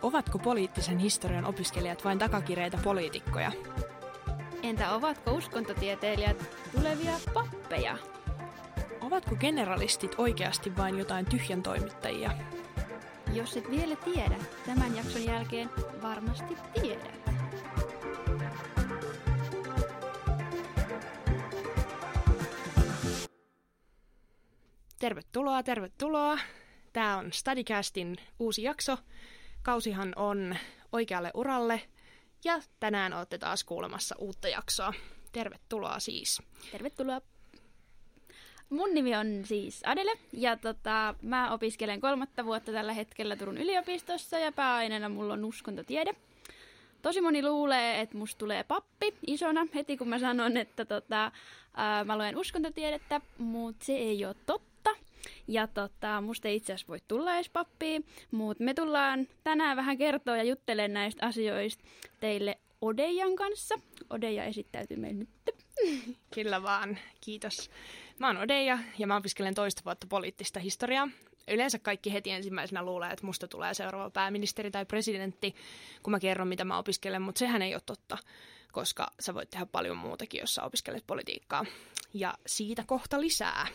Ovatko poliittisen historian opiskelijat vain takakireitä poliitikkoja? Entä ovatko uskontotieteilijät tulevia pappeja? Ovatko generalistit oikeasti vain jotain tyhjän toimittajia? Jos et vielä tiedä, tämän jakson jälkeen varmasti tiedät. Tervetuloa. Tämä on Studycastin uusi jakso. Kausihan on oikealle uralle ja tänään olette taas kuulemassa uutta jaksoa. Tervetuloa siis. Tervetuloa. Mun nimi on siis Adele ja mä opiskelen 3. vuotta tällä hetkellä Turun yliopistossa ja pääaineena mulla on uskontotiede. Tosi moni luulee, että musta tulee pappi isona heti kun mä sanon, että mä luen uskontotiedettä, mutta se ei ole totta. Ja musta ei itse asiassa voi tulla edes pappia, mutta me tullaan tänään vähän kertoa ja juttelemaan näistä asioista teille Odejan kanssa. Odeja esittäytyy meille nyt. Kyllä vaan, kiitos. Mä oon Odeja ja mä opiskelen 2. vuotta poliittista historiaa. Yleensä kaikki heti ensimmäisenä luulee, että musta tulee seuraava pääministeri tai presidentti, kun mä kerron, mitä mä opiskelen, mutta sehän ei ole totta, koska sä voit tehdä paljon muutakin, jos sä opiskelet politiikkaa. Ja siitä kohta lisää.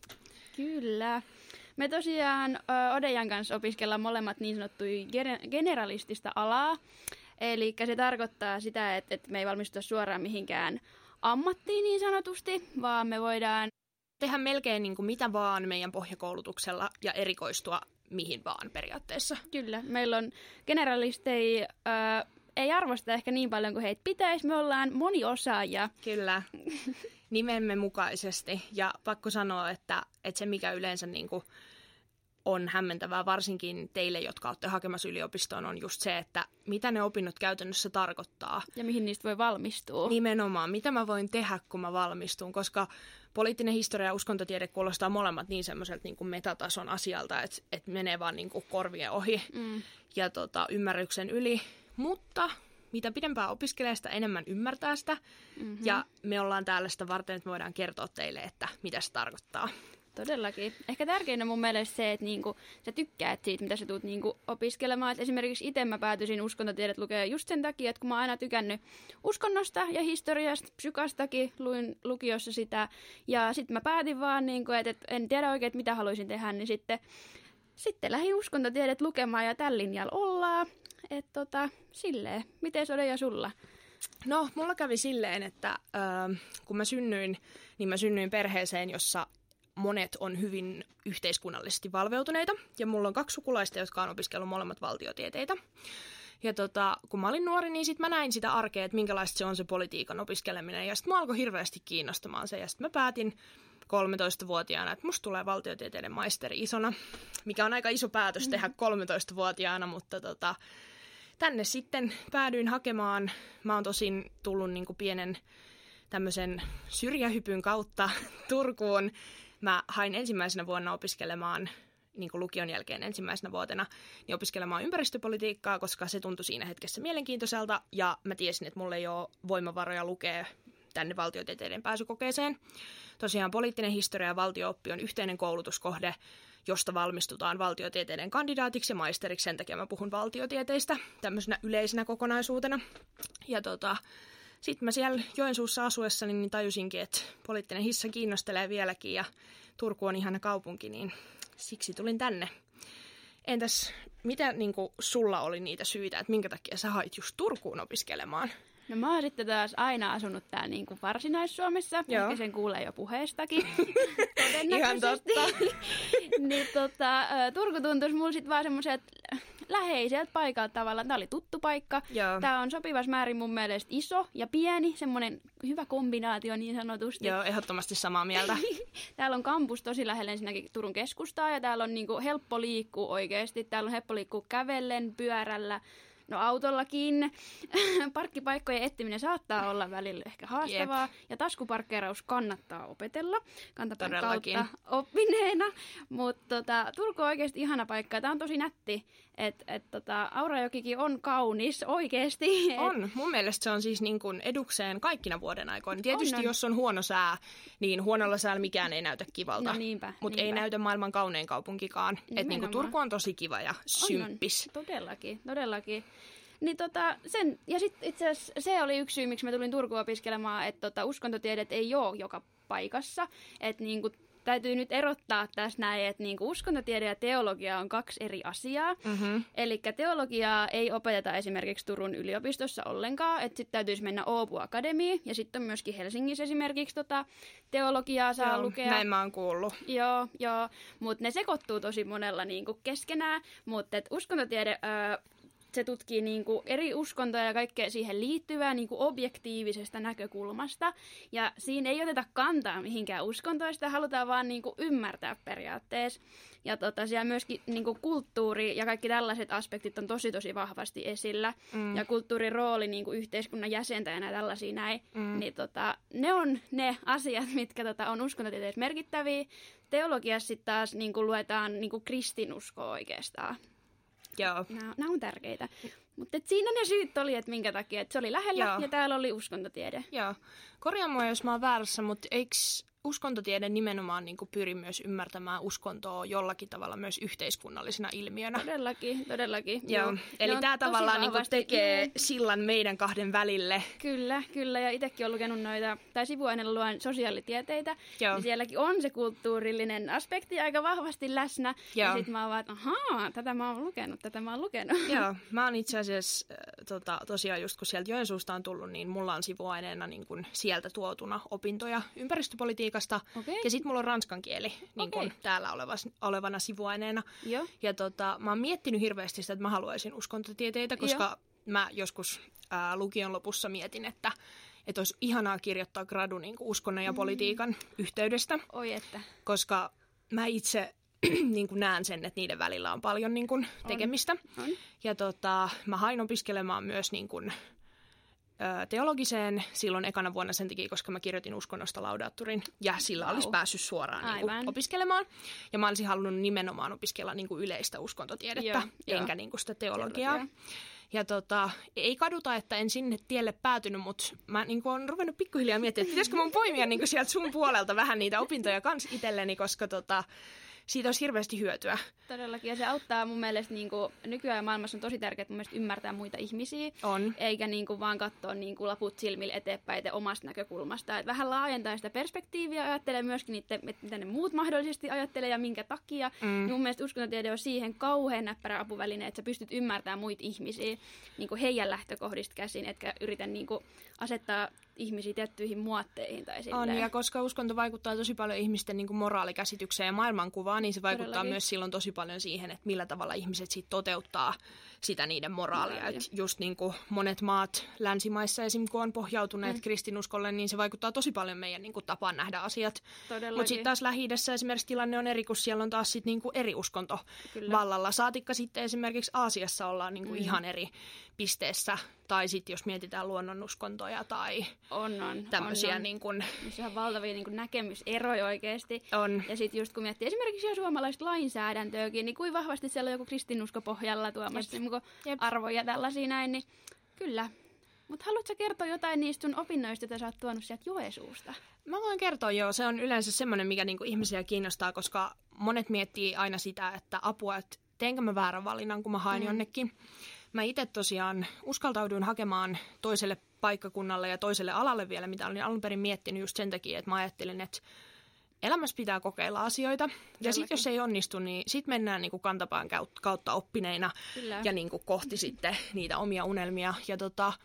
Kyllä. Me tosiaan Odejan kanssa opiskellaan molemmat niin sanottuja generalistista alaa. Eli se tarkoittaa sitä, että me ei valmistuta suoraan mihinkään ammattiin niin sanotusti, vaan me voidaan tehdä melkein niin kuin mitä vaan meidän pohjakoulutuksella ja erikoistua mihin vaan periaatteessa. Kyllä. Meillä on generalisteja, ei arvosta ehkä niin paljon kuin heitä pitäisi. Me ollaan moniosaajia. Kyllä. Nimemme mukaisesti. Ja pakko sanoa, että se mikä yleensä niin kuin on hämmentävää varsinkin teille, jotka olette hakemassa yliopistoon, on just se, että mitä ne opinnot käytännössä tarkoittaa. Ja mihin niistä voi valmistua. Nimenomaan. Mitä mä voin tehdä, kun mä valmistun, koska poliittinen historia ja uskontotiede kuulostaa molemmat niin semmoiselta niin kuin metatason asialta, että menee vaan niin kuin korvien ohi ja ymmärryksen yli. Mutta mitä pidempään opiskelee, sitä enemmän ymmärtää sitä. Ja me ollaan täällä sitä varten, että me voidaan kertoa teille, että mitä se tarkoittaa. Todellakin. Ehkä tärkeintä mun mielestä se, että sä tykkäät siitä, mitä sä tuut opiskelemaan. Et esimerkiksi itse mä päätyisin uskontotiedet lukea just sen takia, että kun mä oon aina tykännyt uskonnosta ja historiasta, psykastakin, luin lukiossa sitä. Ja sitten mä päätin vaan, että en tiedä oikein, mitä haluaisin tehdä, niin sitten lähdin uskontotiedet lukemaan ja tällä linjalla ollaan. Että silleen. Miten Odeja sulla? No, mulla kävi silleen, että kun mä synnyin, niin mä synnyin perheeseen, jossa monet on hyvin yhteiskunnallisesti valveutuneita. Ja mulla on 2 sukulaista, jotka on opiskellut molemmat valtiotieteitä. Ja kun mä olin nuori, niin sit mä näin sitä arkea, että minkälaista se on se politiikan opiskeleminen. Ja sit mä alkoi hirveästi kiinnostamaan se. Ja sit mä päätin 13-vuotiaana, että musta tulee valtiotieteiden maisteri isona. Mikä on aika iso päätös tehdä 13-vuotiaana, mutta tänne sitten päädyin hakemaan. Mä oon tosin tullut pienen tämmöisen syrjähypyn kautta Turkuun. Mä hain ensimmäisenä vuonna opiskelemaan, lukion jälkeen ensimmäisenä vuotena, niin opiskelemaan ympäristöpolitiikkaa, koska se tuntui siinä hetkessä mielenkiintoiselta. Ja mä tiesin, että mulla ei ole voimavaroja lukea tänne valtiotieteiden pääsykokeeseen. Tosiaan poliittinen historia ja valtio-oppi on yhteinen koulutuskohde, josta valmistutaan valtiotieteiden kandidaatiksi ja maisteriksi. Sen takia mä puhun valtiotieteistä tämmöisenä yleisenä kokonaisuutena. Ja sitten mä siellä Joensuussa asuessani niin tajusinkin, että poliittinen hissa kiinnostelee vieläkin ja Turku on ihana kaupunki, niin siksi tulin tänne. Entäs mitä sulla oli niitä syitä, että minkä takia sä hait just Turkuun opiskelemaan? No mä oon sitten taas aina asunut täällä Varsinais-Suomessa, ehkä sen kuulee jo puheestakin. Ihan totta. Niin Turku tuntuisi mulla sitten vaan semmoiset läheiseltä paikalta tavallaan. Tämä oli tuttu paikka. Joo. Tämä on sopivassa määrin mun mielestä iso ja pieni, semmoinen hyvä kombinaatio niin sanotusti. Joo, ehdottomasti samaa mieltä. Täällä on kampus tosi lähellä ensinnäkin Turun keskustaa ja täällä on helppo liikkua oikeasti. Täällä on helppo liikkua kävellen, pyörällä, No autollakin. Parkkipaikkojen etsiminen saattaa olla välillä ehkä haastavaa. Ja taskuparkkeeraus kannattaa opetella kantapään kautta oppineena. Mutta Turku on oikeasti ihana paikka. Tämä on tosi nätti. Aurajokikin on kaunis oikeasti. On. Mun mielestä se on siis niin kuin edukseen kaikkina vuoden aikoina. Tietysti jos on huono sää, niin huonolla säällä mikään ei näytä kivalta. No niinpä. Mutta ei näytä maailman kaunein kaupunkikaan. Että niin Turku on tosi kiva ja symppis. Todellakin. Niin ja sitten itse asiassa se oli yksi syy, miksi mä tulin Turkuun opiskelemaan, että uskontotiedet ei ole joka paikassa. Että niinku täytyy nyt erottaa tässä näin, että niinku uskontotiede ja teologia on kaksi eri asiaa. Mm-hmm. Eli teologiaa ei opeteta esimerkiksi Turun yliopistossa ollenkaan, että sitten täytyisi mennä Åbo Akademiin, ja sitten on myöskin Helsingissä esimerkiksi teologiaa saa lukea. Näin mä oon kuullut. Joo, mutta ne sekoittuu tosi monella niinku keskenään, mutta uskontotiede se tutkii niinku eri uskontoja ja kaikkea siihen liittyvää niinku objektiivisesta näkökulmasta. Ja siinä ei oteta kantaa mihinkään uskontoon, sitä halutaan vaan niinku ymmärtää periaatteessa. Ja siellä myöskin niinku kulttuuri ja kaikki tällaiset aspektit on tosi vahvasti esillä. Ja kulttuurin rooli niinku yhteiskunnan jäsentäjänä ja tällaisia näin. Niin ne on ne asiat, mitkä on uskontotieteissä merkittäviä. Teologiassa sitten taas niinku luetaan niinku kristinuskoa oikeastaan. Joo. Nämä on tärkeitä. Mutta siinä ne syyt oli, että minkä takia. Että se oli lähellä ja täällä oli uskontotiede. Joo. Korjaa mua, jos mä oon väärässä, mutta eikö uskontotiede nimenomaan niin kuin pyri myös ymmärtämään uskontoa jollakin tavalla myös yhteiskunnallisena ilmiönä? Todellakin. Joo. Eli tämä tavallaan niin kuin tekee sillan meidän kahden välille. Kyllä. Ja itsekin olen lukenut noita, tai sivuaineella luen sosiaalitieteitä. Joo. Niin sielläkin on se kulttuurillinen aspekti aika vahvasti läsnä. Joo. Ja sitten mä oon vaan, että ahaa, tätä mä oon lukenut. Joo, mä oon itse asiassa tosiaan just kun sieltä Joensuusta on tullut, niin mulla on sivuaineena niin kuin sieltä tuotuna opintoja ympäristöpolitiikasta. Okay. Ja sitten mulla on ranskan kieli niin kuin täällä olevana sivuaineena. Joo. Ja mä oon miettinyt hirveästi sitä, että mä haluaisin uskontotieteitä, koska mä joskus lukion lopussa mietin, että olisi ihanaa kirjoittaa gradu niin kuin uskonnon ja politiikan yhteydestä. Oi että. Koska mä itse niin kuin näen sen, että niiden välillä on paljon niin kuin tekemistä. On. Ja mä hain opiskelemaan myös niin kuin teologiseen silloin ekana vuonna sen takia, koska mä kirjoitin uskonnosta laudaattorin ja sillä olisi päässyt suoraan niin kuin opiskelemaan. Ja mä olisin halunnut nimenomaan opiskella niin kuin yleistä uskontotiedettä, enkä niin kuin sitä teologiaa. Ja ei kaduta, että en sinne tielle päätynyt, mutta mä niin kuin olen ruvennut pikkuhiljaa miettimään, että pitäisikö mun poimia niin kuin sieltä sun puolelta vähän niitä opintoja kans itselleni, koska siitä olisi hirveästi hyötyä. Todellakin, ja se auttaa mun mielestä nykyään maailmassa on tosi tärkeää mun mielestä ymmärtää muita ihmisiä. On. Eikä vaan katsoa laput silmillä eteenpäin omasta näkökulmasta. Et vähän laajentaa sitä perspektiiviä, ajattelee myöskin niitä, mitä ne muut mahdollisesti ajattelee ja minkä takia. Niin mun mielestä uskontotiede on siihen kauhean näppärä apuväline, että sä pystyt ymmärtämään muita ihmisiä heidän lähtökohdista käsin, etkä yritä asettaa ihmisiä tiettyihin muotteihin tai silleen. On, ja koska uskonto vaikuttaa tosi paljon ihmisten niin kuin moraalikäsitykseen ja maailmankuvaan, niin se vaikuttaa myös silloin tosi paljon siihen, että millä tavalla ihmiset sit toteuttaa sitä niiden moraalia. Et just niin kuin monet maat länsimaissa esimerkiksi, kun on pohjautuneet kristinuskolle, niin se vaikuttaa tosi paljon meidän niin kuin tapaan nähdä asiat. Mutta sitten taas Lähi-idässä esimerkiksi tilanne on eri, kun siellä on taas sit niin kuin eri uskonto vallalla. Saatikka sitten esimerkiksi Aasiassa ollaan niin kuin ihan eri pisteessä. Tai sitten jos mietitään luonnonuskontoja tai tämmöisiä. Niin kuin se on valtavia näkemyseroja oikeasti. On. Ja sitten just kun miettii esimerkiksi suomalaista lainsäädäntöäkin, niin kuin vahvasti siellä on joku kristinusko pohjalla tuomassa arvoja tällaisia näin, niin kyllä. Mutta haluatko kertoa jotain niistä sun opinnoista, joita sä oot tuonut sieltä Joensuusta? Mä voin kertoa joo. Se on yleensä semmoinen, mikä niinku ihmisiä kiinnostaa, koska monet miettii aina sitä, että apua, että teenkö mä väärän valinnan, kun mä haen jonnekin. Mä itse tosiaan uskaltauduin hakemaan toiselle paikkakunnalle ja toiselle alalle vielä, mitä olin alun perin miettinyt just sen takia, että mä ajattelin, että elämässä pitää kokeilla asioita. Ja sitten jos ei onnistu, niin sitten mennään niinku kantapään kautta oppineina ja niinku kohti sitten niitä omia unelmia. Ja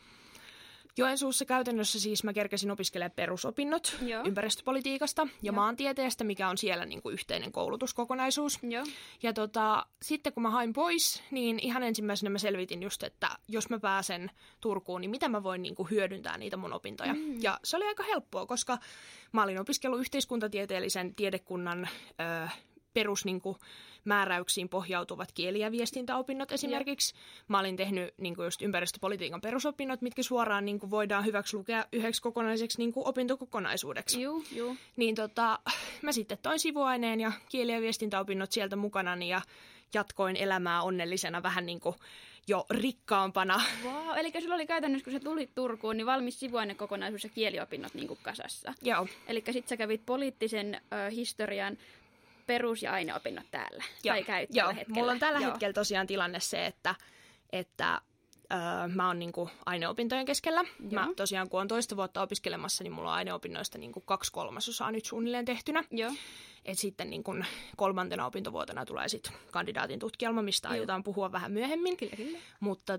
Joensuussa käytännössä siis mä kerkesin opiskelemaan perusopinnot ympäristöpolitiikasta ja maantieteestä, mikä on siellä niinku yhteinen koulutuskokonaisuus. Joo. Ja sitten kun mä hain pois, niin ihan ensimmäisenä mä selvitin just, että jos mä pääsen Turkuun, niin miten mä voin niinku hyödyntää niitä mun opintoja. Ja se oli aika helppoa, koska mä olin opiskellut yhteiskuntatieteellisen tiedekunnan perus niin kuin määräyksiin pohjautuvat kieli- ja viestintäopinnot esimerkiksi. Mä olin tehnyt niin kuin just ympäristöpolitiikan perusopinnot, mitkä suoraan niin kuin voidaan hyväksi lukea yhdeksi kokonaiseksi niin kuin opintokokonaisuudeksi. Joo. Niin mä sitten toin sivuaineen ja kieli- ja viestintäopinnot sieltä mukanani ja jatkoin elämää onnellisena vähän niin kuin jo rikkaampana. Wow, eli sulla oli käytännössä, kun sä tulit Turkuun, niin valmis sivuainekokonaisuus ja kieliopinnot niin kuin kasassa. Joo. Eli sit sä kävit poliittisen historian perus- ja aineopinnot täällä. Tai käyt tällä hetkellä. Mulla on tällä hetkellä tosiaan tilanne se, että mä oon niinku aineopintojen keskellä. Mä tosiaan, kun oon toista vuotta opiskelemassa, niin mulla on aineopinnoista niinku 2/3 nyt suunnilleen tehtynä. Joo. Et sitten niinku 3. opintovuotena tulee sit kandidaatin tutkielma, mistä aiotaan puhua vähän myöhemmin. Kyllä. Mutta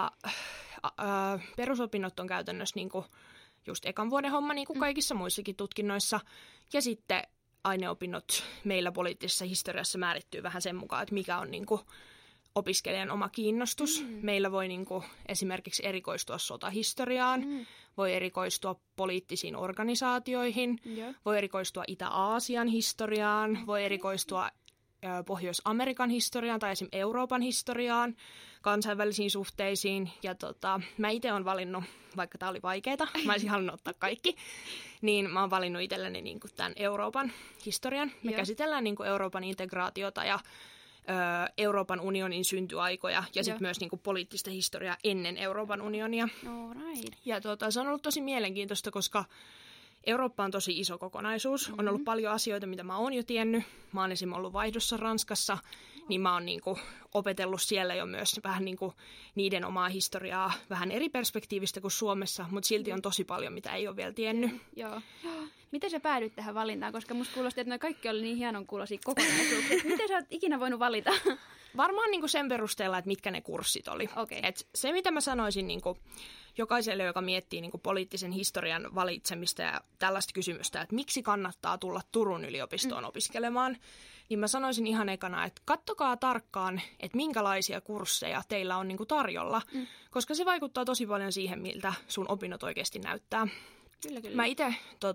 perusopinnot on käytännössä niinku just ekan vuoden homma, niin kuin kaikissa muissakin tutkinnoissa. Ja sitten aineopinnot meillä poliittisessa historiassa määrittyy vähän sen mukaan, että mikä on niinku opiskelijan oma kiinnostus. Meillä voi niinku esimerkiksi erikoistua sotahistoriaan, voi erikoistua poliittisiin organisaatioihin, voi erikoistua Itä-Aasian historiaan, voi erikoistua Pohjois-Amerikan historiaan tai esimerkiksi Euroopan historiaan, kansainvälisiin suhteisiin. Ja mä itse olen valinnut, vaikka tämä oli vaikeaa, mä olisin halunnut ottaa kaikki, niin mä oon valinnut itselleni niin kuin tämän Euroopan historian. Me käsitellään niin kuin Euroopan integraatiota ja Euroopan unionin syntyaikoja ja sitten myös niin kuin poliittista historiaa ennen Euroopan unionia. Right. Ja se on ollut tosi mielenkiintoista, koska Eurooppa on tosi iso kokonaisuus. On ollut paljon asioita, mitä mä oon jo tiennyt. Mä oon esimerkiksi ollut vaihdossa Ranskassa, niin mä oon niinku opetellut siellä jo myös vähän niinku niiden omaa historiaa vähän eri perspektiivistä kuin Suomessa, mutta silti on tosi paljon, mitä ei ole vielä tiennyt. Joo. Miten sä päädyit tähän valintaan? Koska musta kuulosti, että ne kaikki oli niin hienon kuuloisia kokonaisuuksia. Miten sä oot ikinä voinut valita? Varmaan niinku sen perusteella, että mitkä ne kurssit oli. Okay. Et se, mitä mä sanoisin niinku jokaiselle, joka miettii niinku poliittisen historian valitsemista ja tällaista kysymystä, että miksi kannattaa tulla Turun yliopistoon opiskelemaan, niin mä sanoisin ihan ekana, että kattokaa tarkkaan, että minkälaisia kursseja teillä on niinku tarjolla, koska se vaikuttaa tosi paljon siihen, miltä sun opinnot oikeasti näyttää. Kyllä. Mä itse,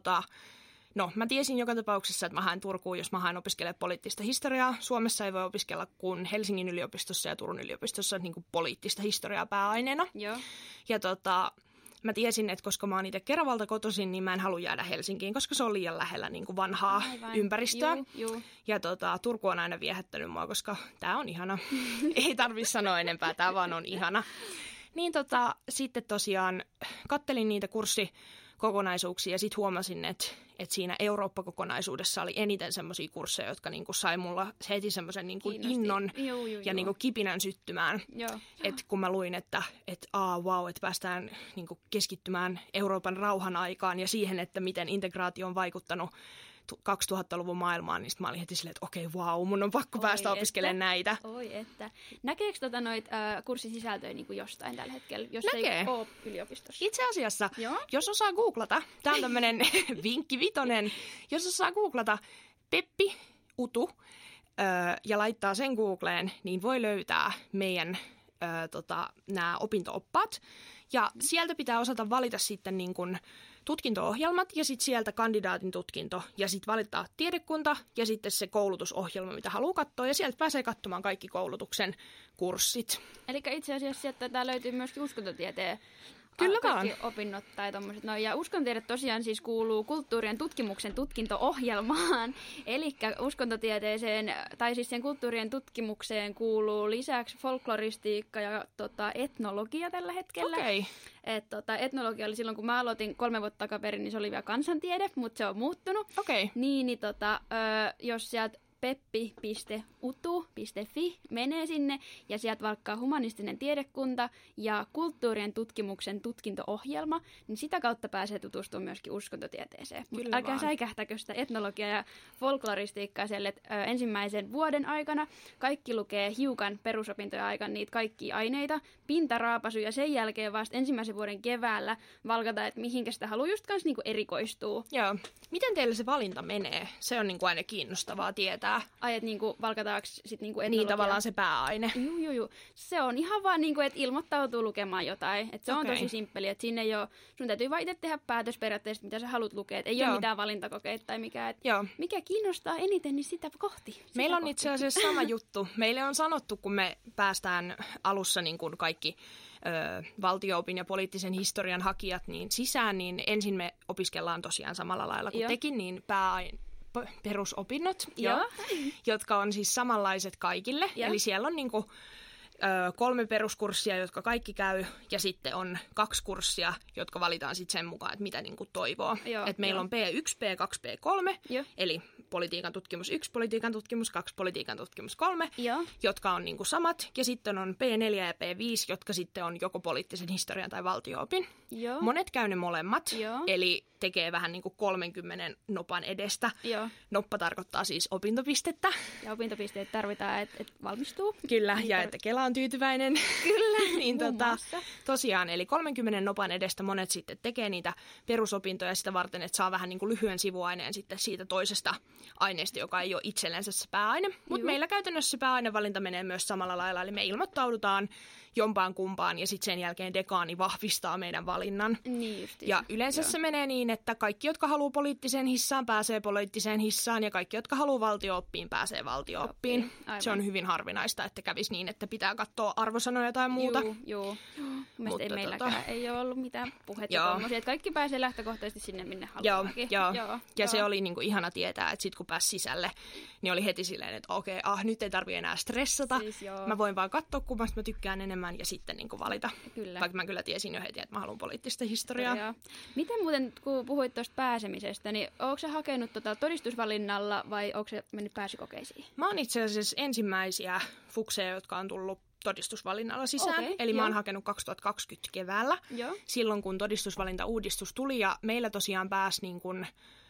mä tiesin joka tapauksessa, että mä haen Turkuun, jos mä haen opiskelemaan poliittista historiaa. Suomessa ei voi opiskella kuin Helsingin yliopistossa ja Turun yliopistossa niin kuin poliittista historiaa pääaineena. Joo. Ja mä tiesin, että koska mä oon itse Keravalta kotoisin, niin mä en halua jäädä Helsinkiin, koska se on liian lähellä niin kuin vanhaa ympäristöä. Juu. Ja Turku on aina viehättänyt mua, koska tää on ihana. Ei tarvitse sanoa enempää, tää vaan on ihana. Niin sitten tosiaan kattelin niitä kurssikokonaisuuksia ja sitten huomasin, että siinä Eurooppa-kokonaisuudessa oli eniten semmoisia kursseja, jotka niinku sai mulla heti semmoisen niinku innon ja niinku kipinän syttymään. Et kun mä luin, että päästään niinku keskittymään Euroopan rauhan aikaan ja siihen, että miten integraatio on vaikuttanut 2000-luvun maailmaan, niin mä olin heti silleen, että okei, mun on pakko päästä opiskelemaan näitä. Näkeekö noita kurssisisältöjä niin kuin jostain tällä hetkellä, jos Näkee. ei ole yliopistossa? Itse asiassa, jos osaa googlata, tää on tämmönen vinkki vitonen, jos osaa googlata Peppi Utu ja laittaa sen Googleen, niin voi löytää meidän nämä opinto-oppaat. Ja sieltä pitää osata valita sitten niin kuin tutkinto-ohjelmat ja sitten sieltä kandidaatin tutkinto ja sitten valittaa tiedekunta ja sitten se koulutusohjelma, mitä haluaa katsoa ja sieltä pääsee katsomaan kaikki koulutuksen kurssit. Eli itse asiassa sieltä tää löytyy myös uskontotieteen Kyllä kaikki opinnot tai tommoset. No, ja uskontotiede tosiaan siis kuuluu kulttuurien tutkimuksen tutkinto-ohjelmaan. Eli uskontotieteeseen, tai siis sen kulttuurien tutkimukseen kuuluu lisäksi folkloristiikka ja etnologia tällä hetkellä. Okei. Etnologia oli silloin, kun mä aloitin 3 vuotta takaperin, niin se oli vielä kansantiede, mutta se on muuttunut. Okei. Jos sieltä peppi.utu.fi menee sinne ja sieltä valkkaa humanistinen tiedekunta ja kulttuurien tutkimuksen tutkinto-ohjelma, niin sitä kautta pääsee tutustumaan myöskin uskontotieteeseen. Mutta älkää säikähtäkö sitä etnologiaa ja folkloristiikkaa siellä, että ensimmäisen vuoden aikana kaikki lukee hiukan perusopintojen aikana niitä kaikkia aineita, pintaraapasu ja sen jälkeen vasta ensimmäisen vuoden keväällä valkata, että mihinkä sitä haluaa just kanssa niinku erikoistua. Joo. Miten teillä se valinta menee? Se on niinku aina kiinnostavaa tietää. päättää. Ai, että niinku valkataanko sit niinku Niin etnologia? tavallaan se pääaine. Juu. Se on ihan vaan niinku, että ilmoittautuu lukemaan jotain. Et se on tosi simppeli, että sinne ei ole, sun täytyy vaan itse tehdä päätös periaatteessa, mitä sä haluat lukea. Et ei ole mitään valintakokeita tai mikään. Mikä kiinnostaa eniten, niin sitä kohti. Meillä on itse asiassa sama juttu. Meille on sanottu, kun me päästään alussa niin kuin kaikki valtio-opin ja poliittisen historian hakijat niin sisään, niin ensin me opiskellaan tosiaan samalla lailla kuin tekin, niin perusopinnot, jotka on siis samanlaiset kaikille. Eli siellä on niinku 3 peruskurssia, jotka kaikki käy, ja sitten on 2 kurssia, jotka valitaan sitten sen mukaan, että mitä niinku toivoo. Et meillä on P1, P2, P3, eli politiikan tutkimus 1, politiikan tutkimus 2, politiikan tutkimus 3, jotka on niinku samat. Ja sitten on P4 ja P5, jotka sitten on joko poliittisen historian tai valtio-opin. Monet käy ne molemmat, eli tekee vähän niin kuin 30 nopan edestä. Noppa tarkoittaa siis opintopistettä. Ja opintopisteet tarvitaan, että valmistuu. Kyllä, ja että Kela on tyytyväinen. Kyllä, niin tosiaan, eli 30 nopan edestä monet sitten tekee niitä perusopintoja sitä varten, että saa vähän niin kuin lyhyen sivuaineen sitten siitä toisesta aineesta, joka ei ole itsellensä se pääaine. Mutta meillä käytännössä se pääainevalinta menee myös samalla lailla, eli me ilmoittaudutaan jompaan kumpaan ja sitten sen jälkeen dekaani vahvistaa meidän valinnan. Niin ja yleensä se menee niin, että kaikki, jotka haluaa poliittiseen hissaan, pääsee poliittiseen hissaan ja kaikki, jotka haluaa valtio-oppiin, pääsee valtio-oppiin. Se on hyvin harvinaista, että kävisi niin, että pitää katsoa arvosanoja tai muuta. Joo. Mielestäni ei meilläkään ei ole ollut mitään puhetta tommosia, että kaikki pääsee lähtökohtaisesti sinne, minne haluaakin. Ja se oli niinku ihana tietää, että sitten kun pääsi sisälle, niin oli heti silleen, että okei, nyt ei tarvitse enää stressata. Siis mä voin vaan katsoa, kummasta mä tykkään enemmän ja sitten niinku valita. Kyllä. Vaikka mä kyllä tiesin jo heti, että mä haluan poliittista historiaa. Miten muuten, kun puhuit tuosta pääsemisestä, niin ootko sä hakenut todistusvalinnalla vai ootko sä mennyt pääsykokeisiin? Mä oon itse asiassa ensimmäisiä fukseja, jotka on tullut todistusvalinnalla sisään. Eli mä oon hakenut 2020 keväällä, silloin kun todistusvalintauudistus tuli ja meillä tosiaan pääsi niin kuin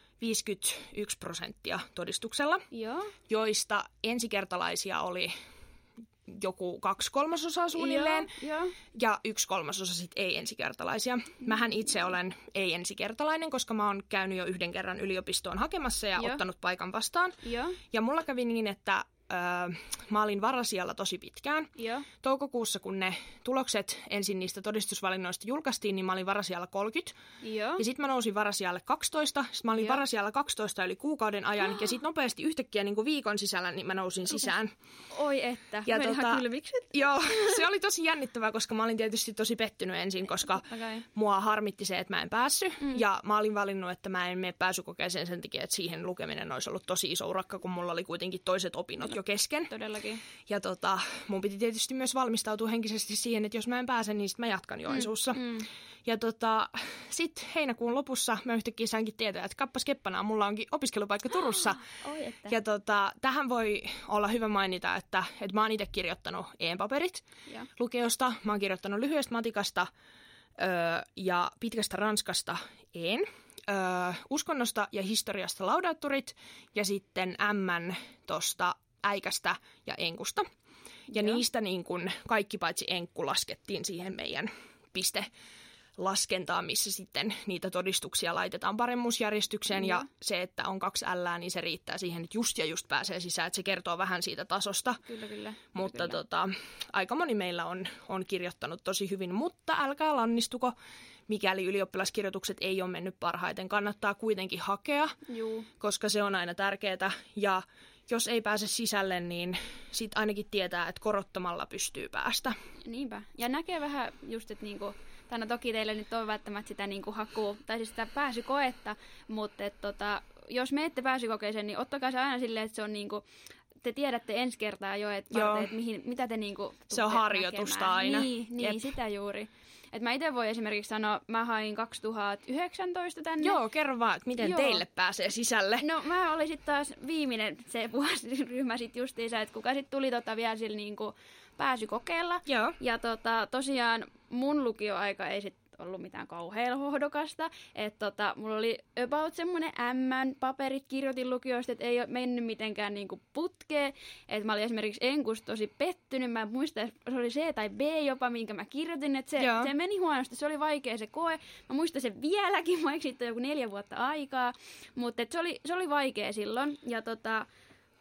51% todistuksella, joista ensikertalaisia oli joku 2/3 suunnilleen ja 1/3 sitten ei ensikertalaisia. Mähän itse olen ei ensikertalainen, koska mä oon käynyt jo 1 kerran yliopistoon hakemassa ja ottanut paikan vastaan. Ja mulla kävi niin, että mä olin varasijalla tosi pitkään. Toukokuussa, kun ne tulokset ensin niistä todistusvalinnoista julkaistiin, niin mä olin varasijalla 30. Ja sitten mä nousin varasijalle 12. Sitten mä olin varasijalla 12 yli kuukauden ajan. Ja sitten nopeasti yhtäkkiä niin kuin viikon sisällä niin mä nousin sisään. Oi että, ja ihan kylmikset. Joo, se oli tosi jännittävää, koska mä olin tietysti tosi pettynyt ensin, koska mua harmitti se, että mä en päässyt. Ja mä olin valinnut, että mä en mene pääsykokeeseen sen takia, että siihen lukeminen olisi ollut tosi iso urakka, kun mulla oli kuitenkin toiset opinnot jo kesken. Todellakin. Ja mun piti tietysti myös valmistautua henkisesti siihen, että jos mä en pääse, niin sit mä jatkan Joensuussa. Ja sitten heinäkuun lopussa mä yhtäkkiä sainkin tietää, että kappas keppanaa, mulla onkin opiskelupaikka Turussa. Ja tähän voi olla hyvä mainita, että mä oon itse kirjoittanut EM-paperit lukiosta. Mä oon kirjoittanut lyhyestä matikasta ja pitkästä ranskasta EN. Uskonnosta ja historiasta laudaattorit ja sitten M tosta äikästä ja enkusta. Ja niistä niin kun kaikki paitsi enkku laskettiin siihen meidän pistelaskentaan, missä sitten niitä todistuksia laitetaan paremmuusjärjestykseen. Ja se, että on 2 L:ää, niin se riittää siihen, että just pääsee sisään. Että se kertoo vähän siitä tasosta. Kyllä. Mutta aika moni meillä on kirjoittanut tosi hyvin, mutta älkää lannistuko. Mikäli ylioppilaskirjoitukset ei ole mennyt parhaiten, kannattaa kuitenkin hakea, koska se on aina tärkeää. Ja jos ei pääse sisälle, niin sit ainakin tietää, että korottamalla pystyy päästä. Niinpä. Ja näkee vähän just, että niinku, toki teillä nyt on välttämättä sitä niinku hakua, tai siis sitä pääsykoetta, mutta jos menette pääsykokeeseen, niin ottakaa se aina silleen, että se on niinku, te tiedätte ensi kertaa jo, että mitä te niinku se on harjoitusta näkemään. Aina. Niin sitä juuri. Et mä itse voin esimerkiksi sanoa, mä hain 2019 tänne. Joo, kerro vaan, että miten teille pääsee sisälle. No mä olin sitten taas viimeinen se vuosiryhmä sitten justiinsa, että kuka sitten tuli vielä sillä niinku pääsykokeella. Joo. Ja tosiaan mun lukioaika ei sitten ollut mitään kauhean hohdokasta. Että mulla oli about semmoinen paperit kirjoitin lukioista, että ei ole mennyt mitenkään niinku putkeen. Että mä olin esimerkiksi enkusta tosi pettynyt. Mä en muista, että se oli C tai B jopa, minkä mä kirjoitin. Että se meni huonosti. Se oli vaikea se koe. Mä muistan sen vieläkin, vaikka siitä on joku 4 vuotta aikaa. Mutta se oli vaikea silloin. Ja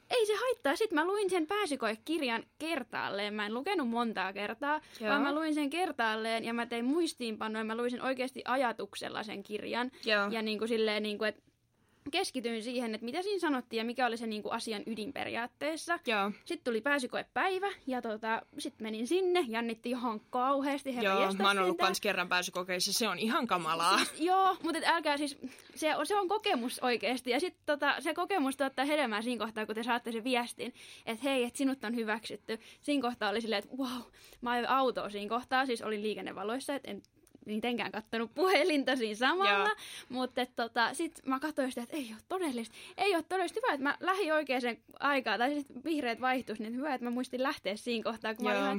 ei se haittaa. Sitten mä luin sen pääsykoekirjan kertaalleen. Mä en lukenut montaa kertaa, vaan mä luin sen kertaalleen ja mä tein muistiinpanoja. Mä luin sen oikeasti ajatuksella sen kirjan. Joo. Ja niin kuin silleen, niin kuin, että keskityin siihen, että mitä siinä sanottiin ja mikä oli se niin kuin asian ydin periaatteessa. Joo. Sitten tuli pääsykoepäivä ja sitten menin sinne, jännitti ihan kauheasti. Joo, mä oon ollut kans kerran pääsykokeissa, se on ihan kamalaa. Joo, mutta älkää siis, se on kokemus oikeasti. Ja sitten se kokemus tuottaa hedelmää siinä kohtaa, kun te saatte sen viestin, että hei, että sinut on hyväksytty. Siinä kohtaa oli silleen, että wow, mä ajoin autoa siinä kohtaa, siis olin liikennevaloissa, että en mitenkään kattonut puhelinta siinä samalla, mutta sitten mä katsoin sitä, että ei ole todellista. Hyvä, että mä lähdin oikeaan aikaan, tai sitten vihreät vaihtuisi, niin hyvä, että mä muistin lähteä siinä kohtaa, kun mä olin ihan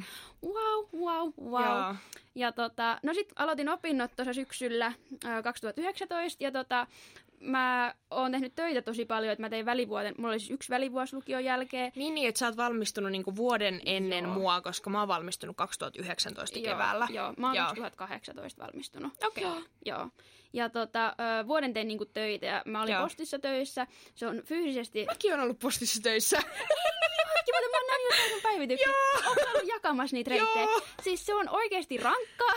wow. Ja no sitten aloitin opinnot tuossa syksyllä 2019, ja mä oon tehnyt töitä tosi paljon, että mä tein välivuoden, mulla oli siis 1 välivuosi lukion jälkeen. Niin, että sä oot valmistunut niinku vuoden ennen mua, koska mä oon valmistunut 2019 keväällä. Joo, mä oon 2018 valmistunut. Okei. Joo. Ja vuoden tein niinku töitä ja mä olin postissa töissä. Se on fyysisesti... Mäkin oon ollut postissa töissä. Mutta mä oon nähnyt jotain sun päivityksiä. Ootko ollut jakamassa niitä reittejä? Siis se on oikeasti rankkaa.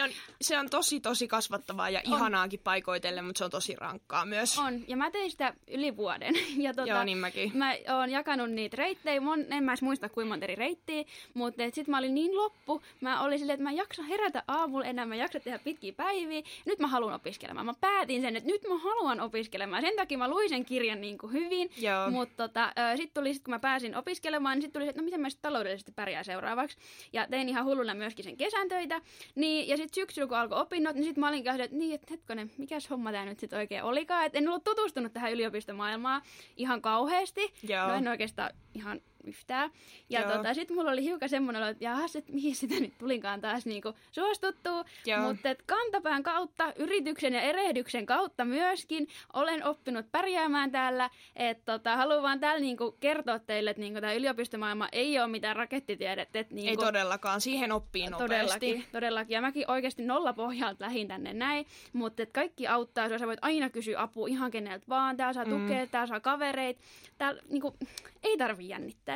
Se on tosi kasvattavaa ja ihanaakin paikoitellen, mutta se on tosi rankkaa myös. On. Ja mä tein sitä yli vuoden. Ja joo, niin mäkin. Mä oon jakanut niitä reittejä. En mä edes muista kuinka monta eri reittiä. Mutta sit mä olin niin loppu. Mä olin silleen, että mä en jaksa herätä aamulla enää. Mä en jaksa tehdä pitkiä päiviä. Nyt mä haluan opiskelemaan. Mä päätin sen, että nyt mä haluan opiskelemaan. Sen takia mä luin sen kirjan niin kuin hyvin. Mutta sitten kun mä pääsin opiskelemaan, niin sitten tuli, että no miten mä sitten taloudellisesti pärjää seuraavaksi. Ja tein ihan hulluna myöskin sen kesän töitä. Niin, ja sitten syksyllä, kun alkoi opinnot, niin sitten mä olin kahden, että hetkonen, mikäs homma tää nyt sitten oikein olikaan. Että en ollut tutustunut tähän yliopistomaailmaan ihan kauheasti. No en oikeastaan ihan yhtään. Ja sitten mulla oli hiukan semmoinen, että jahas, että mihin sitä nyt tulinkaan taas niinku suostuttua. Mutta kantapään kautta, yrityksen ja erehdyksen kautta myöskin olen oppinut pärjäämään täällä. Että haluan vaan täällä niinku kertoa teille, että niinku tämä yliopistomaailma ei ole mitään rakettitiedettä. Niinku, ei todellakaan, siihen oppii nopeasti. Todellakin. Ja mäkin oikeasti nollapohjalta lähdin tänne näin. Mutta kaikki auttaa, sä voit aina kysyä apua ihan keneltä vaan. Täällä saa tukea, täällä saa kavereita. Täällä niinku, ei tarvitse jännittää.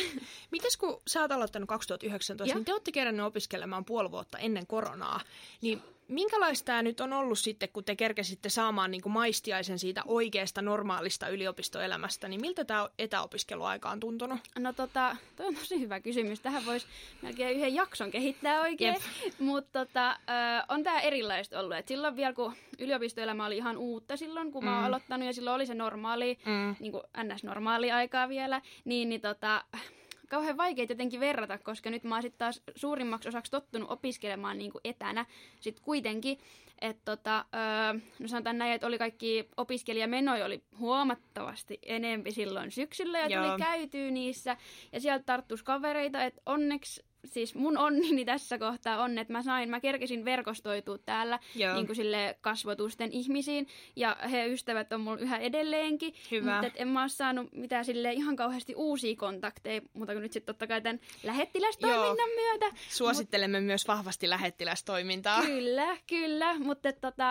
Mites kun sä oot aloittanut 2019, niin te ootte kerännyt opiskelemaan puoli vuotta ennen koronaa. Niin minkälaista tämä nyt on ollut sitten, kun te kerkesitte saamaan niin kuin maistiaisen siitä oikeasta normaalista yliopistoelämästä, niin miltä tämä etäopiskeluaika on tuntunut? No toi on tosi hyvä kysymys. Tähän voisi melkein yhden jakson kehittää oikein. Mutta on tämä erilaista ollut. Et silloin vielä, kun yliopistoelämä oli ihan uutta silloin, kun mä oon aloittanut, ja silloin oli se normaali, niin kuin NS-normaali aikaa vielä, niin kauhean vaikea jotenkin verrata, koska nyt mä oon sitten taas suurimmaksi osaksi tottunut opiskelemaan niin kuin etänä sitten kuitenkin. Että no sanotaan näin, että oli kaikki opiskelijamenoja oli huomattavasti enempi silloin syksyllä ja tuli käytyä niissä ja sieltä tarttuisi kavereita, että onneksi siis mun onnini tässä kohtaa on, että mä kerkesin verkostoitua täällä niin kuin sille kasvotusten ihmisiin ja he ystävät on mulla yhä edelleenkin, mutta en mä oo saanut mitään sille ihan kauheasti uusia kontakteja, mutta kun nyt sitten totta kai tämän lähettilästoiminnan myötä. Suosittelemme myös vahvasti lähettilästoimintaa. Kyllä, mutta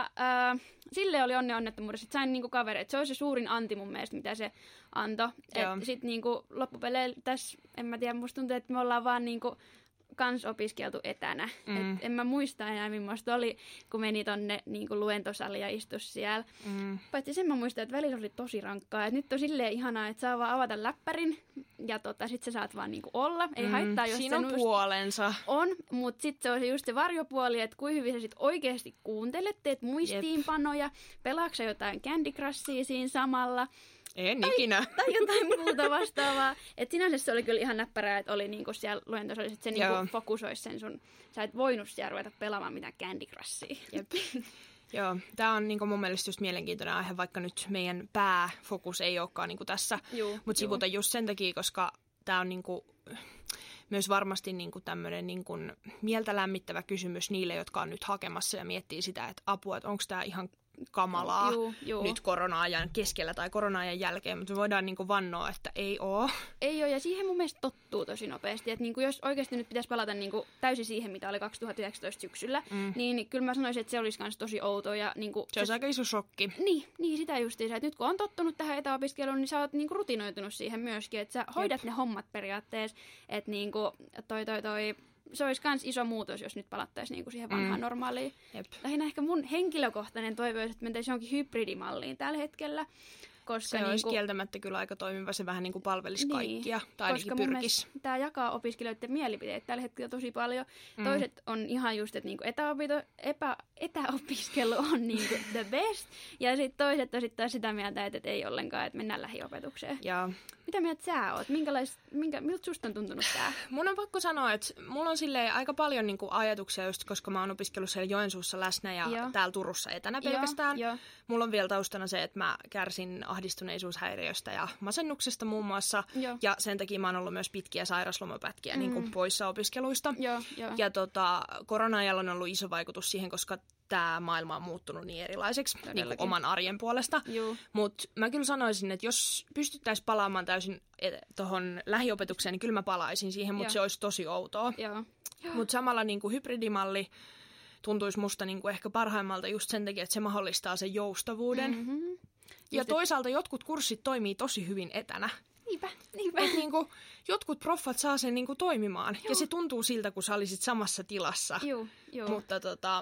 sille oli onnettomuudessa, että sain niinku kavereita. Se oli se suurin anti mun mielestä, mitä se antoi. Sitten niinku loppupeleillä tässä, en mä tiedä, musta tuntuu, että me ollaan vaan niinku kans opiskeltu etänä. Et en mä muista enää, millaista oli, kun meni tonne niinku luentosali ja istus siellä. Paitsi sen mä muistan, että välillä oli tosi rankkaa. Et nyt on silleen ihanaa, että saa vaan avata läppärin ja sit sä saat vaan niinku olla. Ei haittaa, jos siinä on puolensa. On, mutta sitten se on just se varjopuoli, että kuinka hyvin sä sit oikeasti kuuntelet, teet muistiinpanoja, pelaatko jotain Candy Crushia siinä samalla. En ikinä. Tai jotain muuta vastaavaa. Et sinänsä se oli kyllä ihan näppärää, että oli niinku siellä luentosalissa, että se niinku fokusoisi sen sun. Sä et voinut siellä ruveta pelaamaan mitään Candy Crushia. Joo, tämä on niinku mun mielestä just mielenkiintoinen aihe, vaikka nyt meidän pääfokus ei olekaan niinku tässä. Mutta sivuta just sen takia, koska tämä on niinku myös varmasti niinku tämmöinen niinku mieltä lämmittävä kysymys niille, jotka on nyt hakemassa ja miettii sitä, että apua, että onko tämä ihan kamalaa nyt korona-ajan keskellä tai korona-ajan jälkeen, mutta me voidaan niinku vannoa, että ei oo. Ei ole, ja siihen mun mielestä tottuu tosi nopeasti. Että niinku jos oikeasti nyt pitäisi palata niinku täysin siihen, mitä oli 2019 syksyllä, niin kyllä mä sanoisin, että se olisi myös tosi outoa. Ja niinku se olisi aika iso shokki. Niin sitä justiinsa. Että nyt kun on tottunut tähän etäopiskeluun, niin sä oot niinku rutinoitunut siihen myöskin, että sä hoidat ne hommat periaatteessa. Että niinku se olisi myös iso muutos, jos nyt palattaisiin niinku siihen vanhaan normaaliin. Jep. Lähinnä ehkä mun henkilökohtainen toive olisi, että mentäisiin johonkin hybridimalliin tällä hetkellä. Koska se olisi kieltämättä kyllä aika toimiva, se vähän niin kuin palvelisi kaikkia, tai ainakin pyrkisi. Tämä jakaa opiskelijoiden mielipiteitä tällä hetkellä tosi paljon. Toiset on ihan just, että niinku etäopiskelu on niinku the best, ja sitten toiset on sitten sitä mieltä, että ei ollenkaan, että mennään lähiopetukseen. Ja mitä mieltä sä oot? Miltä susta on tuntunut tää? Mun on pakko sanoa, että mulla on silleen aika paljon niinku ajatuksia just, koska mä oon opiskellut siellä Joensuussa läsnä ja täällä Turussa etänä pelkästään. Mulla on vielä taustana se, että mä kärsin ahdistuneisuushäiriöstä ja masennuksesta muun muassa. Ja sen takia mä oon ollut myös pitkiä sairaslomapätkiä niin kuin poissa opiskeluista. Ja korona-ajalla on ollut iso vaikutus siihen, koska tämä maailma on muuttunut niin erilaiseksi niin kuin oman arjen puolesta. Mutta mä kyllä sanoisin, että jos pystyttäisiin palaamaan täysin tuohon lähiopetukseen, niin kyllä mä palaisin siihen, mutta se olisi tosi outoa. Mutta samalla niin kuin hybridimalli tuntuisi musta niin kuin ehkä parhaimmalta just sen takia, että se mahdollistaa sen joustavuuden. Ja toisaalta jotkut kurssit toimii tosi hyvin etänä. Niinpä. Et niinku, jotkut proffat saa sen niinku toimimaan. Ja se tuntuu siltä, kun sä olisit samassa tilassa. Mutta